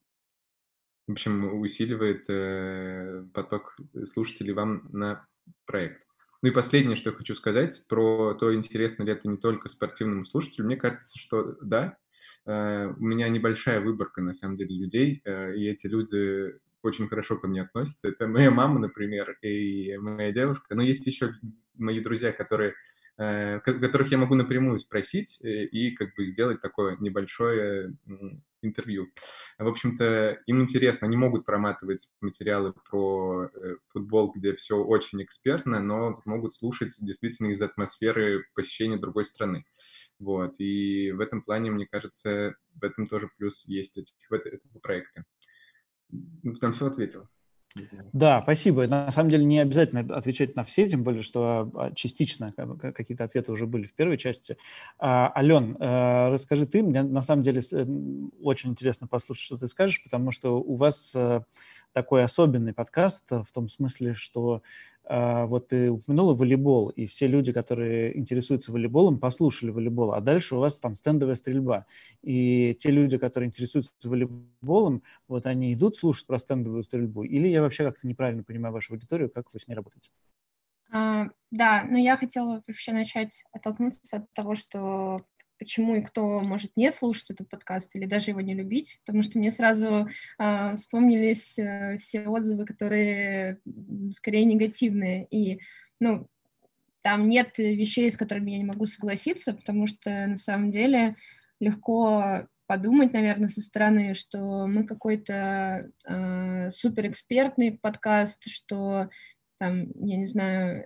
Speaker 5: в общем, усиливает э, поток слушателей вам на проект. Ну и последнее, что я хочу сказать про то, интересно ли это не только спортивному слушателю. Мне кажется, что да, э, у меня небольшая выборка, на самом деле, людей, э, и эти люди очень хорошо ко мне относятся. Это моя мама, например, и моя девушка. Но есть еще мои друзья, которые, э, которых я могу напрямую спросить и как бы сделать такое небольшое интервью. В общем-то, им интересно, они могут проматывать материалы про э, футбол, где все очень экспертно, но могут слушать действительно из атмосферы посещения другой страны. Вот. И в этом плане, мне кажется, в этом тоже плюс есть этих, этого проекта. Там все ответил.
Speaker 1: Да, спасибо. На самом деле не обязательно отвечать на все, тем более, что частично какие-то ответы уже были в первой части. Ален, расскажи ты, мне на самом деле очень интересно послушать, что ты скажешь, потому что у вас такой особенный подкаст в том смысле, что вот ты упомянула волейбол, и все люди, которые интересуются волейболом, послушали волейбол, а дальше у вас там стендовая стрельба. И те люди, которые интересуются волейболом, вот они идут слушать про стендовую стрельбу, или я вообще как-то неправильно понимаю вашу аудиторию, как вы с ней работаете?
Speaker 4: А, да, но я хотела вообще начать оттолкнуться от того, что почему и кто может не слушать этот подкаст или даже его не любить, потому что мне сразу э, вспомнились э, все отзывы, которые скорее негативные, и, ну, там нет вещей, с которыми я не могу согласиться, потому что на самом деле легко подумать, наверное, со стороны, что мы какой-то э, суперэкспертный подкаст, что там, я не знаю,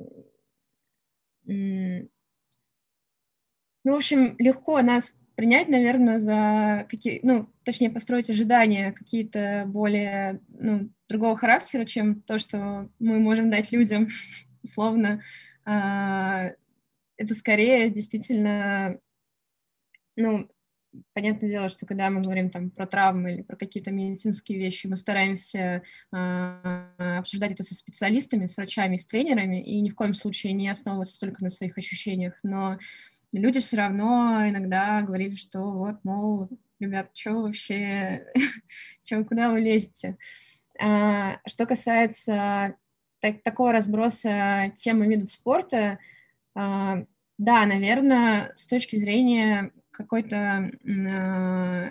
Speaker 4: э, ну, в общем, легко нас принять, наверное, за какие, ну, точнее, построить ожидания какие-то более, ну, другого характера, чем то, что мы можем дать людям, условно. Это скорее действительно, ну, понятное дело, что когда мы говорим там про травмы или про какие-то медицинские вещи, мы стараемся обсуждать это со специалистами, с врачами, с тренерами, и ни в коем случае не основываться только на своих ощущениях, но люди все равно иногда говорили, что вот, мол, ребят, что вообще, что, куда вы лезете? А, что касается так, такого разброса темы видов спорта, а, да, наверное, с точки зрения какой-то а,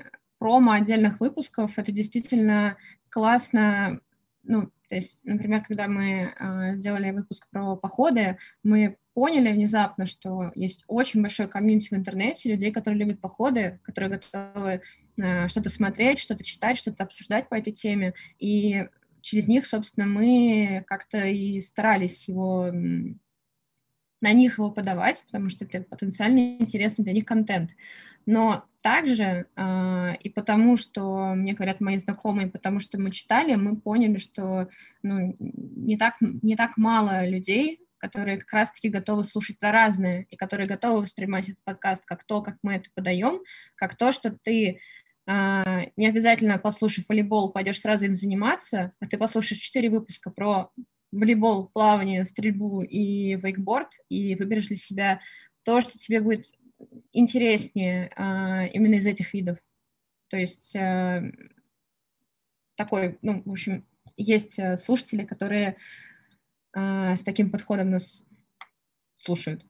Speaker 4: промо отдельных выпусков. Это действительно классно. Ну, то есть, например, когда мы э, сделали выпуск про походы, мы поняли внезапно, что есть очень большой комьюнити в интернете людей, которые любят походы, которые готовы э, что-то смотреть, что-то читать, что-то обсуждать по этой теме. И через них, собственно, мы как-то и старались его, на них его подавать, потому что это потенциально интересный для них контент. Но также э, и потому, что мне говорят мои знакомые, потому что мы читали, мы поняли, что ну, не так, не так мало людей, которые как раз-таки готовы слушать про разное, и которые готовы воспринимать этот подкаст как то, как мы это подаем, как то, что ты э, не обязательно, послушав волейбол, пойдешь сразу им заниматься, а ты послушаешь четыре выпуска про волейбол, плавание, стрельбу и вейкборд, и выберешь для себя то, что тебе будет интереснее а, именно из этих видов. То есть а, такой, ну, в общем, есть слушатели, которые а, с таким подходом нас слушают.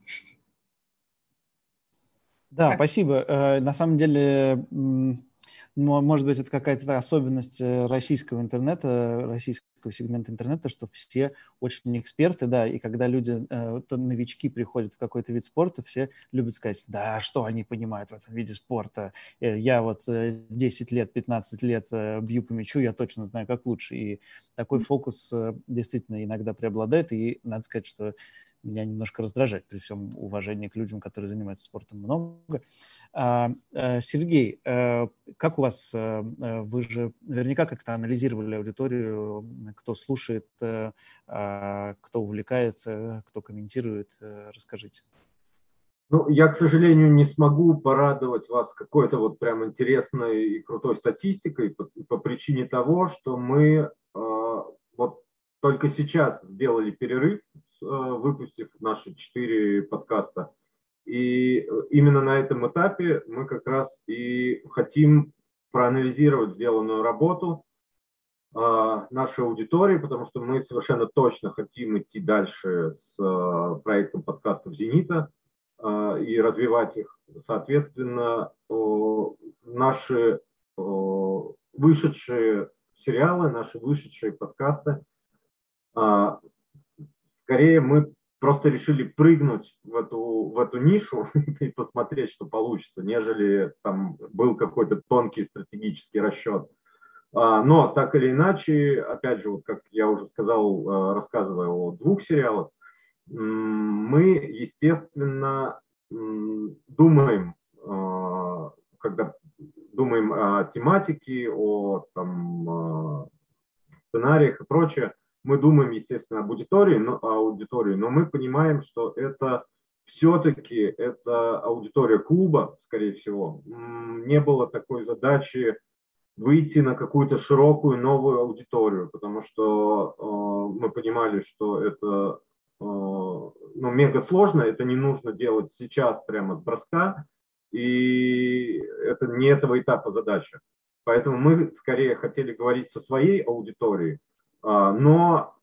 Speaker 1: Да,
Speaker 4: Так.
Speaker 1: спасибо. На самом деле, может быть, это какая-то особенность российского интернета, российского сегмента интернета, что все очень эксперты, да, и когда люди, то новички приходят в какой-то вид спорта, все любят сказать, да, что они понимают в этом виде спорта. Я вот десять лет, пятнадцать лет бью по мячу, я точно знаю, как лучше. И такой фокус действительно иногда преобладает, и надо сказать, что меня немножко раздражает при всем уважении к людям, которые занимаются спортом много. Сергей, как у вас, вы же наверняка как-то анализировали аудиторию, кто слушает, кто увлекается, кто комментирует, расскажите.
Speaker 3: Ну, я, к сожалению, не смогу порадовать вас какой-то вот прям интересной и крутой статистикой по, по причине того, что мы э, вот только сейчас сделали перерыв, э, выпустив наши четыре подкаста. И именно на этом этапе мы как раз и хотим проанализировать сделанную работу э, нашей аудитории, потому что мы совершенно точно хотим идти дальше с э, проектом подкастов «Зенита» э, и развивать их. Соответственно, э, наши э, вышедшие сериалы, наши вышедшие подкасты, э, скорее мы просто решили прыгнуть в эту, в эту нишу и посмотреть, что получится, нежели там был какой-то тонкий стратегический расчет. Но так или иначе, опять же, вот как я уже сказал, рассказывая о двух сериалах, мы, естественно, думаем, когда думаем о тематике, о там, сценариях и прочее, мы думаем, естественно, об аудитории, но, о аудитории, но мы понимаем, что это все-таки это аудитория клуба, скорее всего. Не было такой задачи выйти на какую-то широкую новую аудиторию, потому что э, мы понимали, что это э, ну, мега сложно, это не нужно делать сейчас прямо с броска, и это не этого этапа задача. Поэтому мы скорее хотели говорить со своей аудиторией, но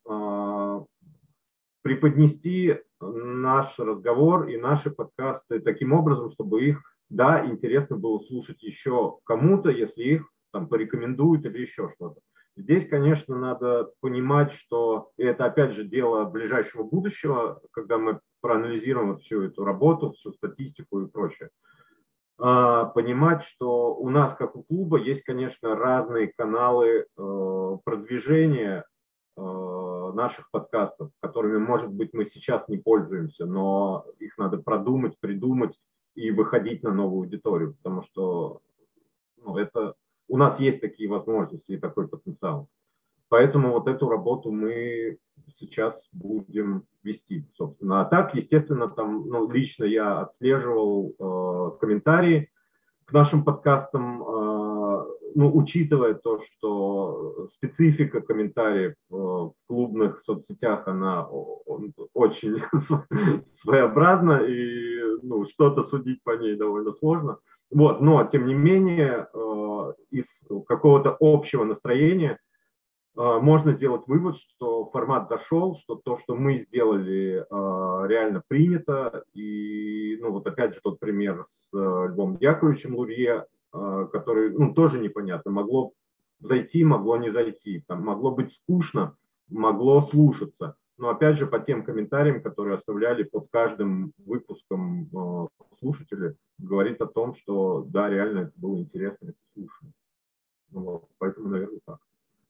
Speaker 3: преподнести наш разговор и наши подкасты таким образом, чтобы их, да, интересно было слушать еще кому-то, если их там порекомендуют или еще что-то. Здесь, конечно, надо понимать, что это, опять же, дело ближайшего будущего, когда мы проанализируем всю эту работу, всю статистику и прочее. Понимать, что у нас, как у клуба, есть, конечно, разные каналы э, продвижения э, наших подкастов, которыми, может быть, мы сейчас не пользуемся, но их надо продумать, придумать и выходить на новую аудиторию, потому что ну, это, у нас есть такие возможности и такой потенциал. Поэтому вот эту работу мы сейчас будем вести, собственно. А так, естественно, там, ну, лично я отслеживал э, комментарии к нашим подкастам, э, ну, учитывая то, что специфика комментариев э, в клубных соцсетях, она очень своеобразна, и ну, что-то судить по ней довольно сложно. Вот, но, тем не менее, э, из какого-то общего настроения можно сделать вывод, что формат зашел, что то, что мы сделали, реально принято. И, ну, вот опять же тот пример с Львом Яковлевичем Лурье, который, ну, тоже непонятно. Могло зайти, могло не зайти. Там могло быть скучно, могло слушаться. Но опять же, по тем комментариям, которые оставляли под каждым выпуском э, слушатели, говорит о том, что да, реально это было интересно, это слушано. Ну, вот, поэтому, наверное, так.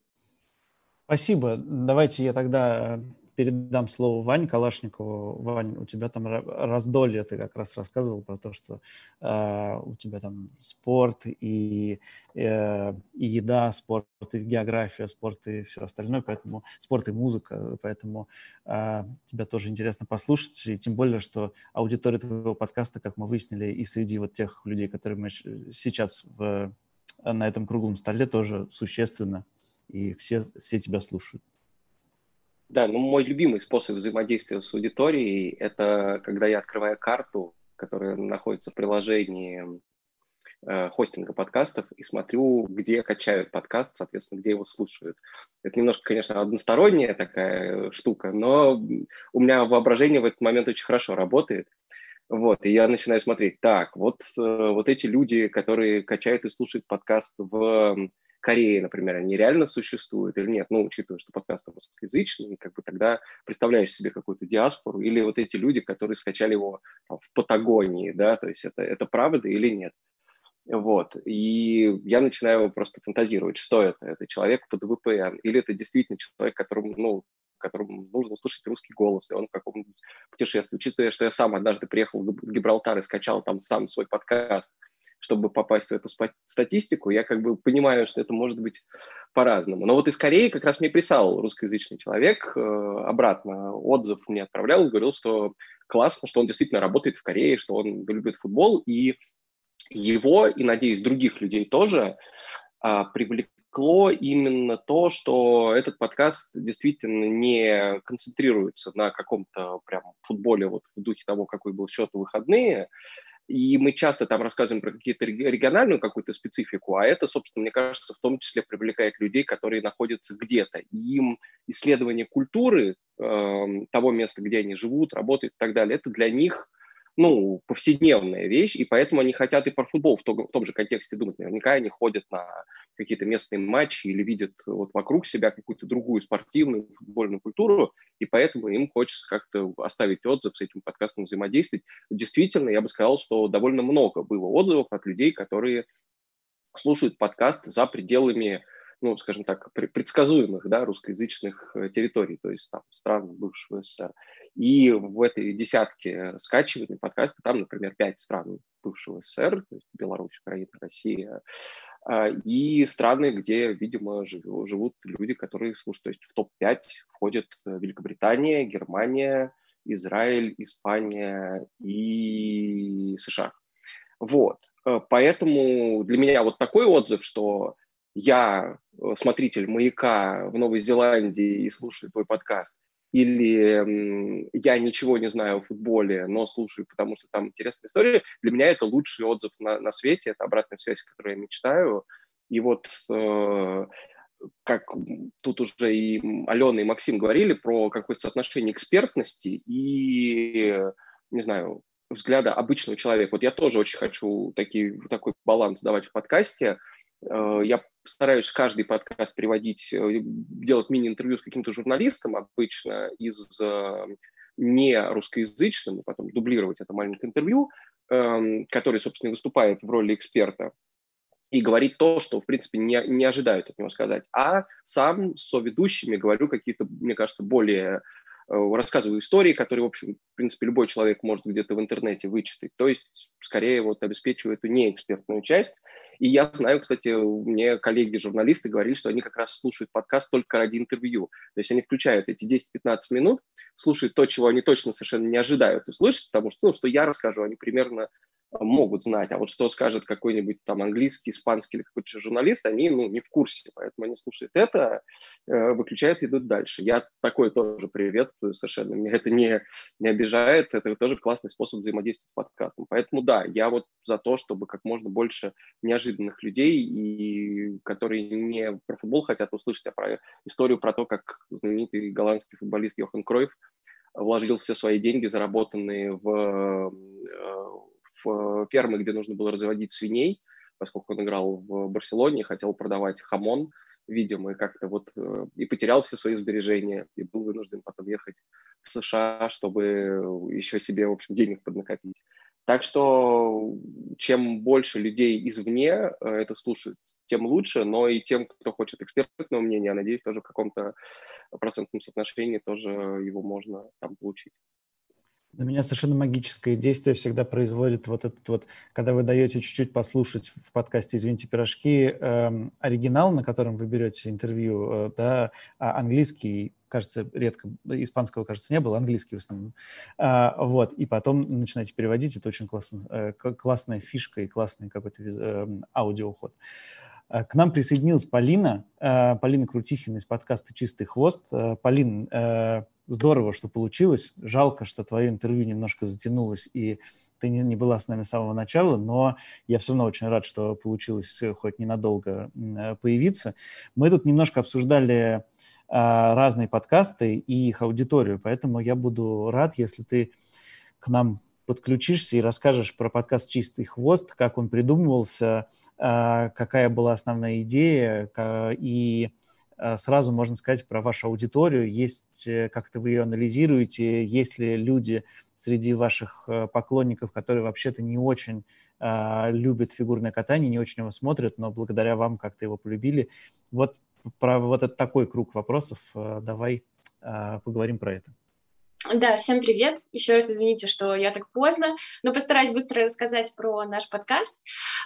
Speaker 1: Спасибо. Давайте я тогда передам слово Ване Калашникову. Вань, у тебя там раздолье, ты как раз рассказывал про то, что э, у тебя там спорт и, э, и еда, спорт и география, спорт и все остальное, поэтому спорт и музыка, поэтому э, тебя тоже интересно послушать, и тем более, что аудитория твоего подкаста, как мы выяснили, и среди вот тех людей, которые мы сейчас в, на этом круглом столе, тоже существенно, и все, все тебя слушают.
Speaker 2: Да, ну мой любимый способ взаимодействия с аудиторией – это когда я открываю карту, которая находится в приложении э, хостинга подкастов, и смотрю, где качают подкаст, соответственно, где его слушают. Это немножко, конечно, односторонняя такая штука, но у меня воображение в этот момент очень хорошо работает. Вот, и я начинаю смотреть, так, вот, вот эти люди, которые качают и слушают подкаст в Корее, например, они реально существуют или нет? Ну, учитывая, что подкаст русскоязычный, как бы тогда представляешь себе какую-то диаспору, или вот эти люди, которые скачали его там, в Патагонии, да, то есть это, это правда или нет? Вот, и я начинаю просто фантазировать, что это? Это человек под вэ пэ эн, или это действительно человек, которому, ну, которому нужно услышать русский голос, и он в каком-нибудь путешествии. Учитывая, что я сам однажды приехал в Гибралтар и скачал там сам свой подкаст, чтобы попасть в эту статистику, я как бы понимаю, что это может быть по-разному. Но вот из Кореи как раз мне прислал русскоязычный человек, э, обратно отзыв мне отправлял, говорил, что классно, что он действительно работает в Корее, что он любит футбол, и его, и, надеюсь, других людей тоже э, привлекло именно то, что этот подкаст действительно не концентрируется на каком-то прям футболе вот в духе того, какой был счет в выходные. И мы часто там рассказываем про какие-то региональную какую-то специфику, а это, собственно, мне кажется, в том числе привлекает людей, которые находятся где-то. И им исследование культуры э, того места, где они живут, работают и так далее, это для них, ну, повседневная вещь, и поэтому они хотят и про футбол в том, в том же контексте думать. Наверняка они ходят на какие-то местные матчи или видят вот вокруг себя какую-то другую спортивную футбольную культуру, и поэтому им хочется как-то оставить отзыв, с этим подкастом взаимодействовать. Действительно, я бы сказал, что довольно много было отзывов от людей, которые слушают подкаст за пределами, ну, скажем так, предсказуемых, да, русскоязычных территорий, то есть там стран бывшего СССР. И в этой десятке скачиваний подкаста там, например, пять стран бывшего СССР, то есть Беларусь, Украина, Россия, и страны, где, видимо, живут люди, которые слушают. То есть в топ пять входят Великобритания, Германия, Израиль, Испания и США. Вот. Поэтому для меня вот такой отзыв, что я смотритель «Маяка» в Новой Зеландии и слушаю твой подкаст, или я ничего не знаю о футболе, но слушаю, потому что там интересная история, для меня это лучший отзыв на, на свете, это обратная связь, которую я мечтаю. И вот э, как тут уже и Алена, и Максим говорили про какое-то соотношение экспертности и, не знаю, взгляда обычного человека. Вот я тоже очень хочу такие, такой баланс давать в подкасте. Я стараюсь каждый подкаст приводить, делать мини-интервью с каким-то журналистом, обычно из не русскоязычным, и потом дублировать это маленькое интервью, который, собственно, выступает в роли эксперта, и говорить то, что, в принципе, не, не ожидают от него сказать. А сам с соведущими говорю какие-то, мне кажется, более... рассказываю истории, которые, в общем, в принципе, любой человек может где-то в интернете вычитать. То есть, скорее, вот обеспечиваю эту неэкспертную часть. И я знаю, кстати, мне коллеги-журналисты говорили, что они как раз слушают подкаст только ради интервью. То есть они включают эти десять-пятнадцать минут, слушают то, чего они точно совершенно не ожидают услышать, потому что, ну, что я расскажу, они примерно могут знать, а вот что скажет какой-нибудь там английский, испанский или какой-то журналист, они, ну, не в курсе, поэтому они слушают это, э, выключают и идут дальше. Я такое тоже приветствую совершенно, меня это не, не обижает, это тоже классный способ взаимодействия с подкастом. Поэтому да, я вот за то, чтобы как можно больше неожиданных людей, и которые не про футбол хотят услышать, а про историю про то, как знаменитый голландский футболист Йохан Кройф вложил все свои деньги, заработанные в в фермы, где нужно было разводить свиней, поскольку он играл в Барселоне, хотел продавать хамон, видимо, и как-то вот и потерял все свои сбережения, и был вынужден потом ехать в США, чтобы еще себе, в общем, денег поднакопить. Так что чем больше людей извне это слушают, тем лучше, но и тем, кто хочет экспертного мнения, я надеюсь, тоже в каком-то процентном соотношении тоже его можно там получить.
Speaker 1: На меня совершенно магическое действие всегда производит вот этот вот, когда вы даете чуть-чуть послушать в подкасте «Извините, пирожки» э, оригинал, на котором вы берете интервью, э, да, а английский, кажется, редко, испанского, кажется, не было, английский в основном. А, вот, и потом начинаете переводить, это очень классно, э, классная фишка и классный какой-то э, аудиоуход. К нам присоединилась Полина, Полина Крутихина из подкаста «Чистый хвост». Полин, здорово, что получилось. Жалко, что твое интервью немножко затянулось, и ты не, не была с нами с самого начала, но я все равно очень рад, что получилось хоть ненадолго появиться. Мы тут немножко обсуждали разные подкасты и их аудиторию, поэтому я буду рад, если ты к нам подключишься и расскажешь про подкаст «Чистый хвост», как он придумывался, какая была основная идея, и сразу можно сказать про вашу аудиторию, есть, как-то вы ее анализируете, есть ли люди среди ваших поклонников, которые вообще-то не очень любят фигурное катание, не очень его смотрят, но благодаря вам как-то его полюбили. Вот про вот этот такой круг вопросов давай поговорим про это.
Speaker 6: Да, всем привет. Еще раз извините, что я так поздно, но постараюсь быстро рассказать про наш подкаст.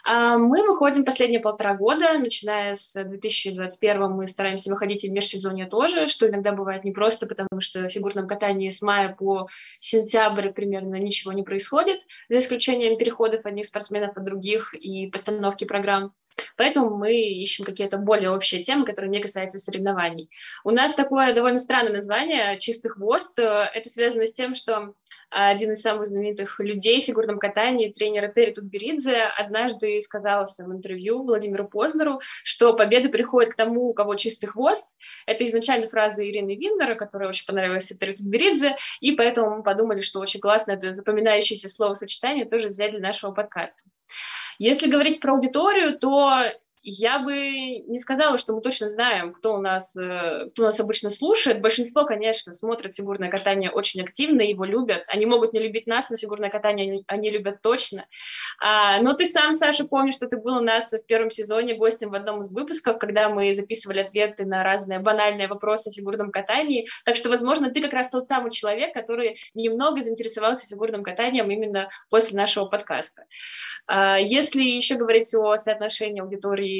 Speaker 6: Мы выходим последние полтора года, начиная с две тысячи двадцать первого мы стараемся выходить и в межсезонье тоже, что иногда бывает непросто, потому что в фигурном катании с мая по сентябрь примерно ничего не происходит, за исключением переходов одних спортсменов от других и постановки программ. Поэтому мы ищем какие-то более общие темы, которые не касаются соревнований. У нас такое довольно странное название «Чистый хвост». Это связано с тем, что один из самых знаменитых людей в фигурном катании, тренер Этери Тутберидзе, однажды сказал в своем интервью Владимиру Познеру, что победа приходит к тому, у кого чистый хвост. Это изначально фраза Ирины Виннера, которая очень понравилась Этери Тутберидзе, и поэтому мы подумали, что очень классно это запоминающееся словосочетание тоже взять для нашего подкаста. Если говорить про аудиторию, то я бы не сказала, что мы точно знаем, кто у нас, кто нас обычно слушает. Большинство, конечно, смотрят фигурное катание очень активно, его любят. Они могут не любить нас, но фигурное катание они, они любят точно. А, но ты сам, Саша, помнишь, что ты был у нас в первом сезоне гостем в одном из выпусков, когда мы записывали ответы на разные банальные вопросы о фигурном катании. Так что, возможно, ты как раз тот самый человек, который немного заинтересовался фигурным катанием именно после нашего подкаста. А, если еще говорить о соотношении аудитории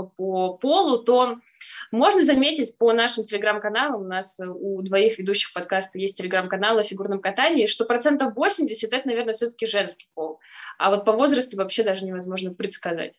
Speaker 6: по полу, то можно заметить по нашим телеграм-каналам, у нас у двоих ведущих подкаста есть телеграм-каналы о фигурном катании, что процентов восемьдесят это, наверное, все-таки женский пол. А вот по возрасту вообще даже невозможно предсказать.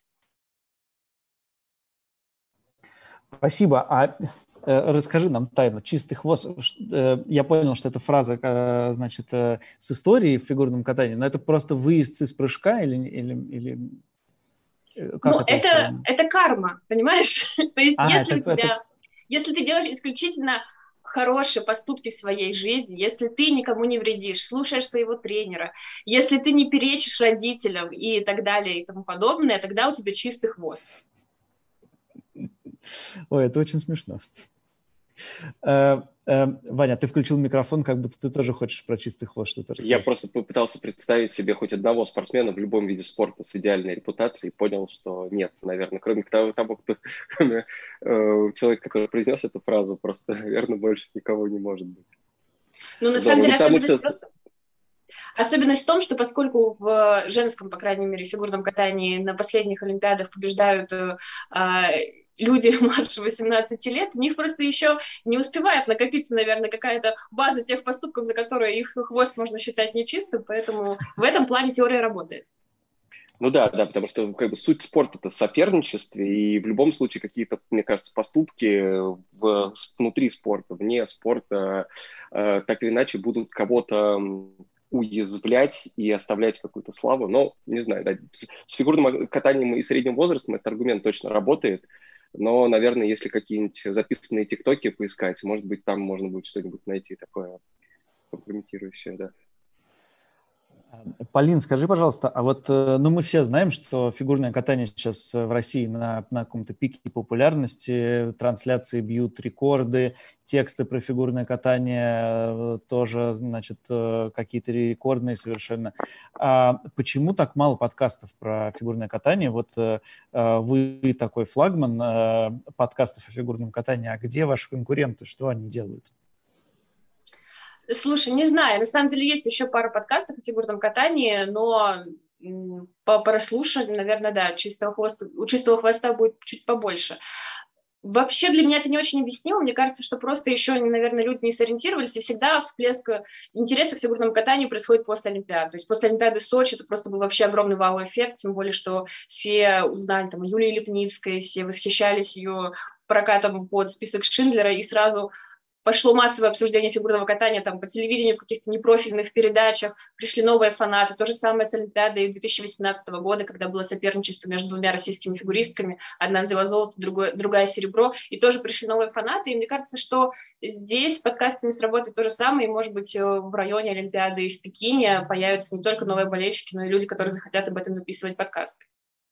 Speaker 1: Спасибо. А расскажи нам тайну. «Чистый хвост». Я понял, что это фраза, значит, с историей в фигурном катании, но это просто выезд из прыжка или... или, или...
Speaker 6: Как ну, это, это, это карма, понимаешь? То есть, а, если это, у тебя, это... если ты делаешь исключительно хорошие поступки в своей жизни, если ты никому не вредишь, слушаешь своего тренера, если ты не перечишь родителям и так далее и тому подобное, тогда у тебя чистый хвост.
Speaker 1: Ой, это очень смешно. Ваня, ты включил микрофон, как будто ты тоже хочешь про чистый хвост что-то рассказать.
Speaker 2: Я просто попытался представить себе хоть одного спортсмена в любом виде спорта с идеальной репутацией и понял, что нет, наверное, кроме того, того кто, кроме э, человека, который произнес эту фразу, просто, наверное, больше никого не может быть.
Speaker 6: Ну, на самом деле, особенность что... просто... Особенность в том, что поскольку в женском, по крайней мере, фигурном катании на последних Олимпиадах побеждают э, люди младше восемнадцати лет, у них просто еще не успевает накопиться, наверное, какая-то база тех поступков, за которые их хвост можно считать нечистым, поэтому в этом плане теория работает.
Speaker 2: Ну да, да, потому что как бы суть спорта – это соперничество, и в любом случае какие-то, мне кажется, поступки в, внутри спорта, вне спорта, э, так или иначе будут кого-то уязвлять и оставлять какую-то славу. Но, не знаю, да, с, с фигурным катанием и средним возрастом этот аргумент точно работает. Но, наверное, если какие-нибудь записанные тиктоки поискать, может быть, там можно будет что-нибудь найти такое компрометирующее, да.
Speaker 1: Полин, скажи, пожалуйста, а вот, ну, мы все знаем, что фигурное катание сейчас в России на, на каком-то пике популярности, трансляции бьют рекорды, тексты про фигурное катание тоже, значит, какие-то рекордные совершенно. А почему так мало подкастов про фигурное катание? Вот вы такой флагман подкастов о фигурном катании, а где ваши конкуренты, что они делают?
Speaker 6: Слушай, не знаю, на самом деле есть еще пара подкастов о фигурном катании, но по прослушиванию, наверное, да, чистого хвоста, у чистого хвоста будет чуть побольше. Вообще для меня это не очень объяснимо. Мне кажется, что просто еще, наверное, люди не сориентировались, и всегда всплеск интереса к фигурному катанию происходит после Олимпиады. То есть после Олимпиады в Сочи это просто был вообще огромный вау-эффект, тем более, что все узнали там о Юлии Липницкой, все восхищались ее прокатом под список Шиндлера, и сразу пошло массовое обсуждение фигурного катания там по телевидению, в каких-то непрофильных передачах, пришли новые фанаты. То же самое с Олимпиадой две тысячи восемнадцатого года, когда было соперничество между двумя российскими фигуристками. Одна взяла золото, другой, другая серебро, и тоже пришли новые фанаты. И мне кажется, что здесь с подкастами сработает то же самое, и, может быть, в районе Олимпиады и в Пекине появятся не только новые болельщики, но и люди, которые захотят об этом записывать подкасты.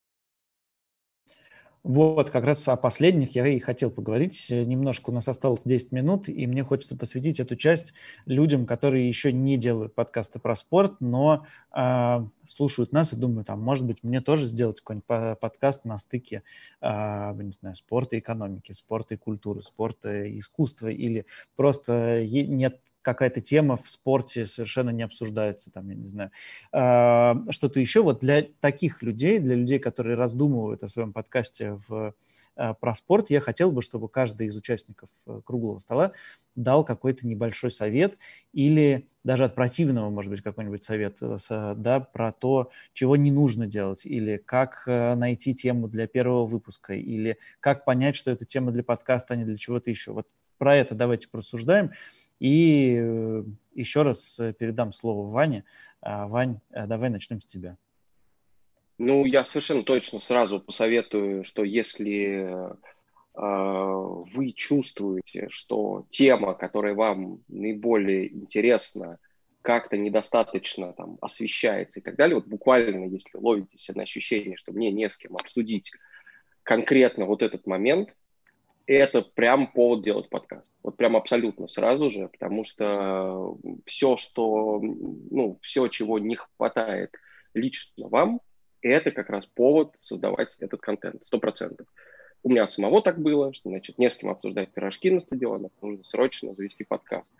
Speaker 1: Вот, как раз о последних я и хотел поговорить. Немножко у нас осталось десять минут, и мне хочется посвятить эту часть людям, которые еще не делают подкасты про спорт, но э, слушают нас и думают, а может быть, мне тоже сделать какой-нибудь подкаст на стыке, э, не знаю, спорта и экономики, спорта и культуры, спорта и искусства, или просто нет какая-то тема в спорте совершенно не обсуждается, там, я не знаю, э, что-то еще. Вот для таких людей, для людей, которые раздумывают о своем подкасте в, э, про спорт, я хотел бы, чтобы каждый из участников круглого стола дал какой-то небольшой совет или даже от противного, может быть, какой-нибудь совет, да, про то, чего не нужно делать, или как найти тему для первого выпуска, или как понять, что это тема для подкаста, а не для чего-то еще. Вот про это давайте порассуждаем. И еще раз передам слово Ване. Вань, давай начнем с тебя.
Speaker 2: Ну, я совершенно точно сразу посоветую, что если э, вы чувствуете, что тема, которая вам наиболее интересна, как-то недостаточно там освещается и так далее, вот буквально, если ловите себя на ощущение, что мне не с кем обсудить конкретно вот этот момент, это прям повод делать подкаст. Вот прям абсолютно сразу же, потому что все, что, ну, все, чего не хватает лично вам, это как раз повод создавать этот контент, сто процентов. У меня самого так было, что, значит, не с кем обсуждать пирожки на стадионах, нужно срочно завести подкаст.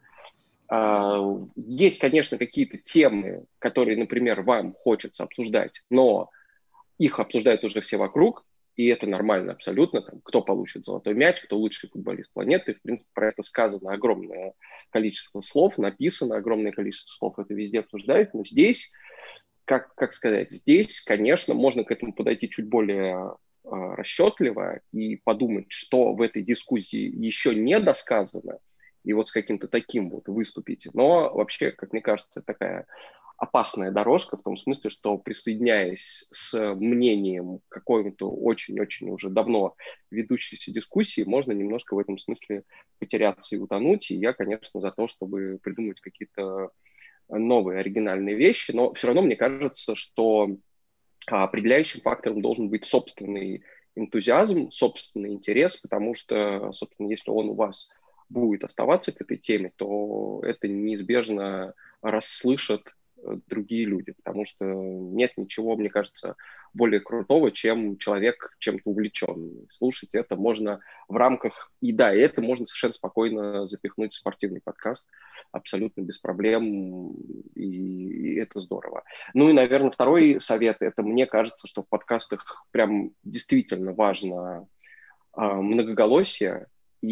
Speaker 2: Есть, конечно, какие-то темы, которые, например, вам хочется обсуждать, но их обсуждают уже все вокруг, и это нормально абсолютно. Там, кто получит золотой мяч, кто лучший футболист планеты. В принципе, про это сказано огромное количество слов, написано огромное количество слов, это везде обсуждают. Но здесь, как, как сказать, здесь, конечно, можно к этому подойти чуть более э, расчетливо и подумать, что в этой дискуссии еще не досказано, и вот с каким-то таким вот выступить. Но вообще, как мне кажется, такая опасная дорожка в том смысле, что присоединяясь с мнением какой-то очень-очень уже давно ведущейся дискуссии, можно немножко в этом смысле потеряться и утонуть. И я, конечно, за то, чтобы придумать какие-то новые оригинальные вещи, но все равно мне кажется, что определяющим фактором должен быть собственный энтузиазм, собственный интерес, потому что, собственно, если он у вас будет оставаться к этой теме, то это неизбежно расслышат другие люди, потому что нет ничего, мне кажется, более крутого, чем человек чем-то увлеченный. Слушать это можно в рамках, и да, и это можно совершенно спокойно запихнуть в спортивный подкаст, абсолютно без проблем, и, и это здорово. Ну и, наверное, второй совет, это мне кажется, что в подкастах прям действительно важно а, многоголосие.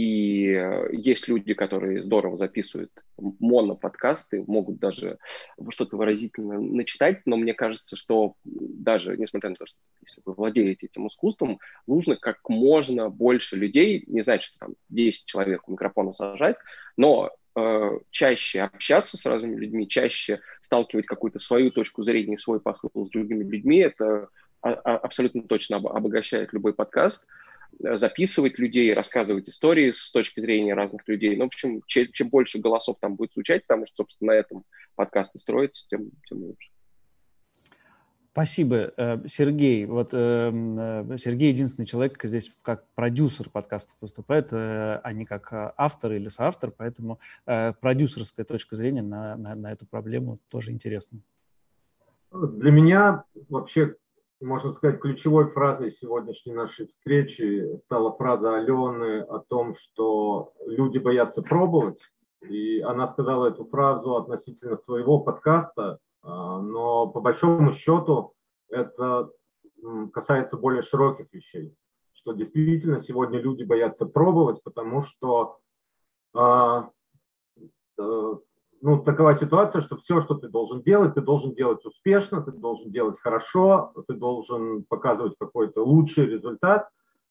Speaker 2: И есть люди, которые здорово записывают моноподкасты, могут даже что-то выразительно начитать, но мне кажется, что даже несмотря на то, что если вы владеете этим искусством, нужно как можно больше людей, не значит, что там десять человек у микрофона сажать, но э, чаще общаться с разными людьми, чаще сталкивать какую-то свою точку зрения, свой посыл с другими людьми, это а- абсолютно точно обогащает любой подкаст. Записывать людей, рассказывать истории с точки зрения разных людей. Ну, в общем, чем, чем больше голосов там будет звучать, потому что, собственно, на этом подкаст и строится, тем, тем лучше.
Speaker 1: Спасибо, Сергей. Вот Сергей единственный человек здесь как продюсер подкастов выступает, а не как автор или соавтор, поэтому продюсерская точка зрения на, на, на эту проблему тоже интересна.
Speaker 3: Для меня вообще, можно сказать, ключевой фразой сегодняшней нашей встречи стала фраза Алены о том, что люди боятся пробовать. И она сказала эту фразу относительно своего подкаста, но по большому счету это касается более широких вещей, что действительно сегодня люди боятся пробовать, потому что ну, такова ситуация, что все, что ты должен делать, ты должен делать успешно, ты должен делать хорошо, ты должен показывать какой-то лучший результат.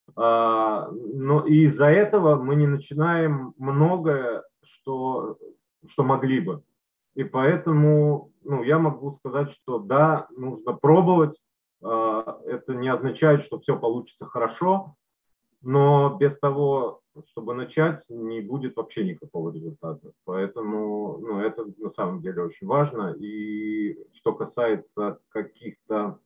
Speaker 3: Но из-за этого мы не начинаем многое, что, что могли бы. И поэтому ну, я могу сказать, что да, нужно пробовать. Это не означает, что все получится хорошо, но без того, чтобы начать, не будет вообще никакого результата. Поэтому ну, это на самом деле очень важно. И что касается каких-то,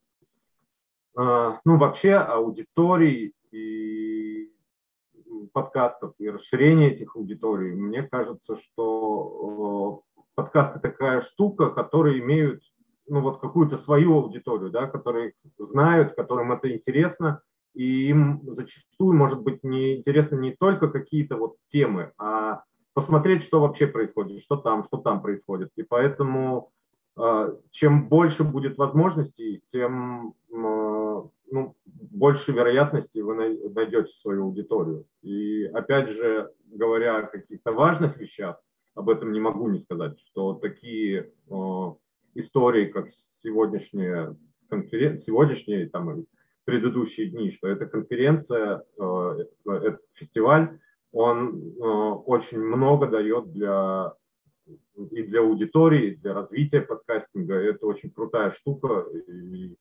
Speaker 3: ну вообще аудиторий и подкастов и расширения этих аудиторий, мне кажется, что подкасты такая штука, которые имеют ну, вот какую-то свою аудиторию, да, которые знают, которым это интересно. И им зачастую, может быть, не интересны не только какие-то вот темы, а посмотреть, что вообще происходит, что там, что там происходит. И поэтому э, чем больше будет возможностей, тем э, ну, больше вероятности вы найдете свою аудиторию. И опять же, говоря о каких-то важных вещах, об этом не могу не сказать, что такие э, истории, как сегодняшняя конференция, сегодняшние там, предыдущие дни, что эта конференция, этот фестиваль, он очень много дает для, и для аудитории, и для развития подкастинга. Это очень крутая штука. И,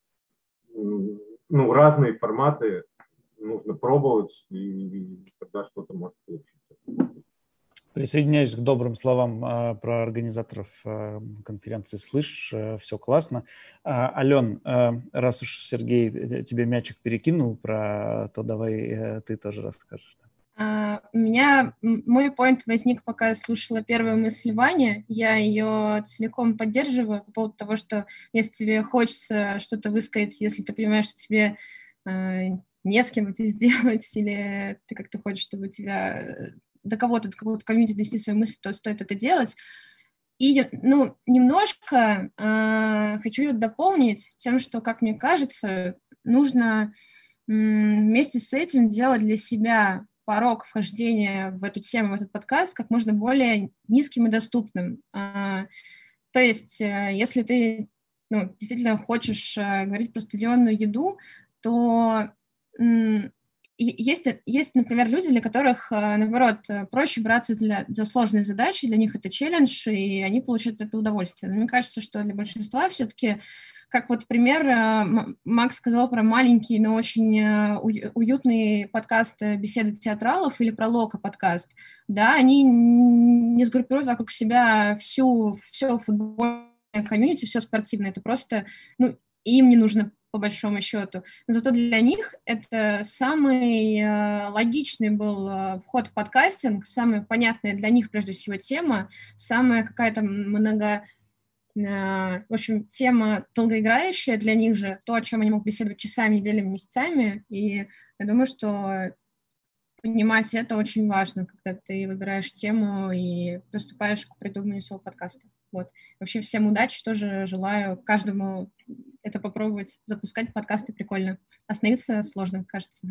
Speaker 3: ну, разные форматы нужно пробовать, и тогда что-то может получиться.
Speaker 1: Присоединяюсь к добрым словам э, про организаторов э, конференции «Слышь», э, все классно. Э, Ален, э, раз уж Сергей тебе мячик перекинул про то, давай э, ты тоже расскажешь.
Speaker 4: Uh, у меня мой поинт возник, пока я слушала первую мысль Вани. Я ее целиком поддерживаю по поводу того, что если тебе хочется что-то высказать, если ты понимаешь, что тебе uh, не с кем это сделать, или ты как-то хочешь, чтобы у тебя до кого-то, до какого-то комьюнити донести свою мысль, то стоит это делать. И, ну, немножко э, хочу ее дополнить тем, что, как мне кажется, нужно м, вместе с этим делать для себя порог вхождения в эту тему, в этот подкаст как можно более низким и доступным. Э, то есть, э, если ты ну, действительно хочешь э, говорить про стадионную еду, то... М, Есть, есть, например, люди, для которых, наоборот, проще браться для, за сложные задачи, для них это челлендж, и они получают это удовольствие. Но мне кажется, что для большинства все-таки, как вот пример, Макс сказал про маленький, но очень уютный подкаст «Беседы театралов» или про Лока подкаст, да, они не сгруппируют вокруг себя всю, все футбольное комьюнити, все спортивное, это просто, ну, им не нужно по большому счету. Но зато для них это самый э, логичный был э, вход в подкастинг, самая понятная для них, прежде всего, тема, самая какая-то много... Э, в общем, тема долгоиграющая для них же, то, о чем они могут беседовать часами, неделями, месяцами. И я думаю, что понимать это очень важно, когда ты выбираешь тему и приступаешь к придумыванию своего подкаста. Вот. Вообще всем удачи, тоже желаю каждому это попробовать. Запускать подкасты прикольно. Остановиться сложно, кажется.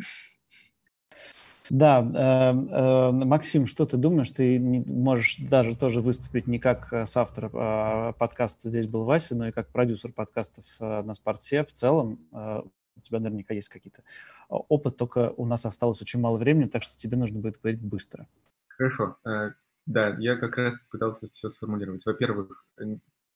Speaker 1: Да, э, э, Максим, что ты думаешь? Ты не, можешь даже тоже выступить не как соавтор э, подкаста «Здесь был Вася», но и как продюсер подкастов э, на Спорте в целом. Э, у тебя наверняка есть какие-то опыт, только у нас осталось очень мало времени, так что тебе нужно будет говорить быстро.
Speaker 5: Хорошо. Да, я как раз пытался все сформулировать. Во-первых,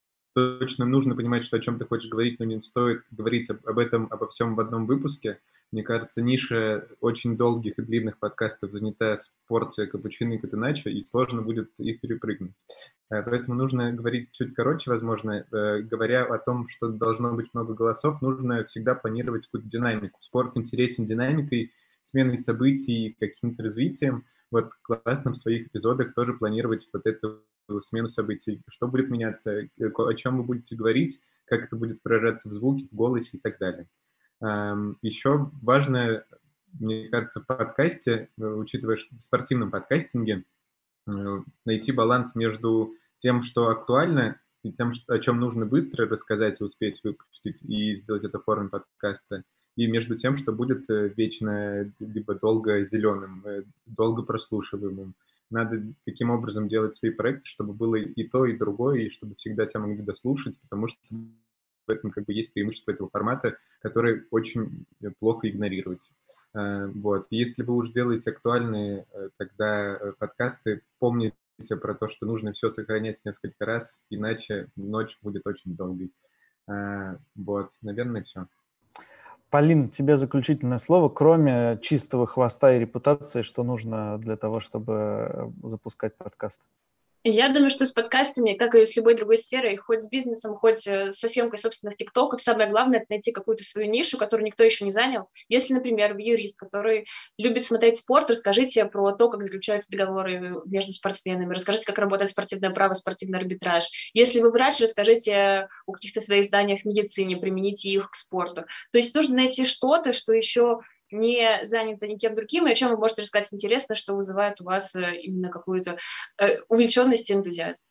Speaker 5: точно нужно понимать, что о чем ты хочешь говорить, но не стоит говорить об, об этом, обо всем в одном выпуске. Мне кажется, ниша очень долгих и длинных подкастов занята в порции капучино и катеначо, и сложно будет их перепрыгнуть. Поэтому нужно говорить чуть короче, возможно. Говоря о том, что должно быть много голосов, нужно всегда планировать какую-то динамику. Спорт интересен динамикой, сменой событий, каким-то развитием. Вот классно в своих эпизодах тоже планировать вот эту смену событий. Что будет меняться, о чем вы будете говорить, как это будет выражаться в звуке, в голосе и так далее. Еще важно, мне кажется, в подкасте, учитывая, что в спортивном подкастинге, найти баланс между тем, что актуально, и тем, о чем нужно быстро рассказать и успеть выпустить, и сделать это в форме подкаста, и между тем, что будет вечно либо долго зеленым, долго прослушиваемым. Надо таким образом делать свои проекты, чтобы было и то, и другое, и чтобы всегда тебя могли дослушать, потому что в этом как бы есть преимущество этого формата, который очень плохо игнорировать. Вот. Если вы уж делаете актуальные тогда подкасты, помните про то, что нужно все сохранять несколько раз, иначе ночь будет очень долгой. Вот, наверное, все.
Speaker 1: Полин, тебе заключительное слово. Кроме чистого хвоста и репутации, что нужно для того, чтобы запускать подкаст?
Speaker 6: Я думаю, что с подкастами, как и с любой другой сферой, хоть с бизнесом, хоть со съемкой собственных тиктоков, самое главное — это найти какую-то свою нишу, которую никто еще не занял. Если, например, вы юрист, который любит смотреть спорт, расскажите про то, как заключаются договоры между спортсменами, расскажите, как работает спортивное право, спортивный арбитраж. Если вы врач, расскажите о каких-то своих знаниях в медицине, примените их к спорту. То есть нужно найти что-то, что еще не занято никем другим, и о чем вы можете рассказать интересно, что вызывает у вас именно какую-то э, увлеченность и энтузиазм.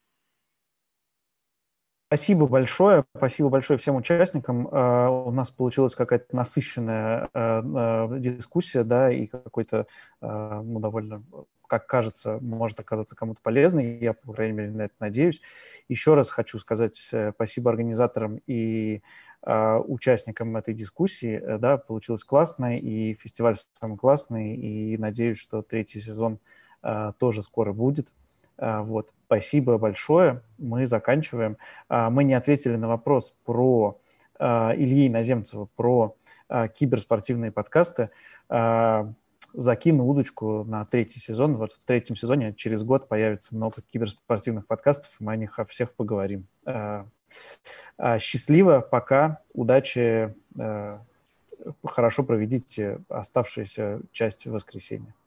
Speaker 1: Спасибо большое. Спасибо большое всем участникам. Uh, у нас получилась какая-то насыщенная uh, uh, дискуссия, да, и какой-то, uh, ну, довольно, как кажется, может оказаться кому-то полезной. Я, по крайней мере, на это надеюсь. Еще раз хочу сказать uh, спасибо организаторам и uh, участникам этой дискуссии. Uh, да, получилось классно, и фестиваль самый классный, и надеюсь, что третий сезон uh, тоже скоро будет. Вот, спасибо большое. Мы заканчиваем. Мы не ответили на вопрос про Ильи Иноземцева, про киберспортивные подкасты. Закину удочку на третий сезон. Вот в третьем сезоне через год появится много киберспортивных подкастов, мы о них о всех поговорим. Счастливо, пока, удачи, хорошо проведите оставшуюся часть воскресенья.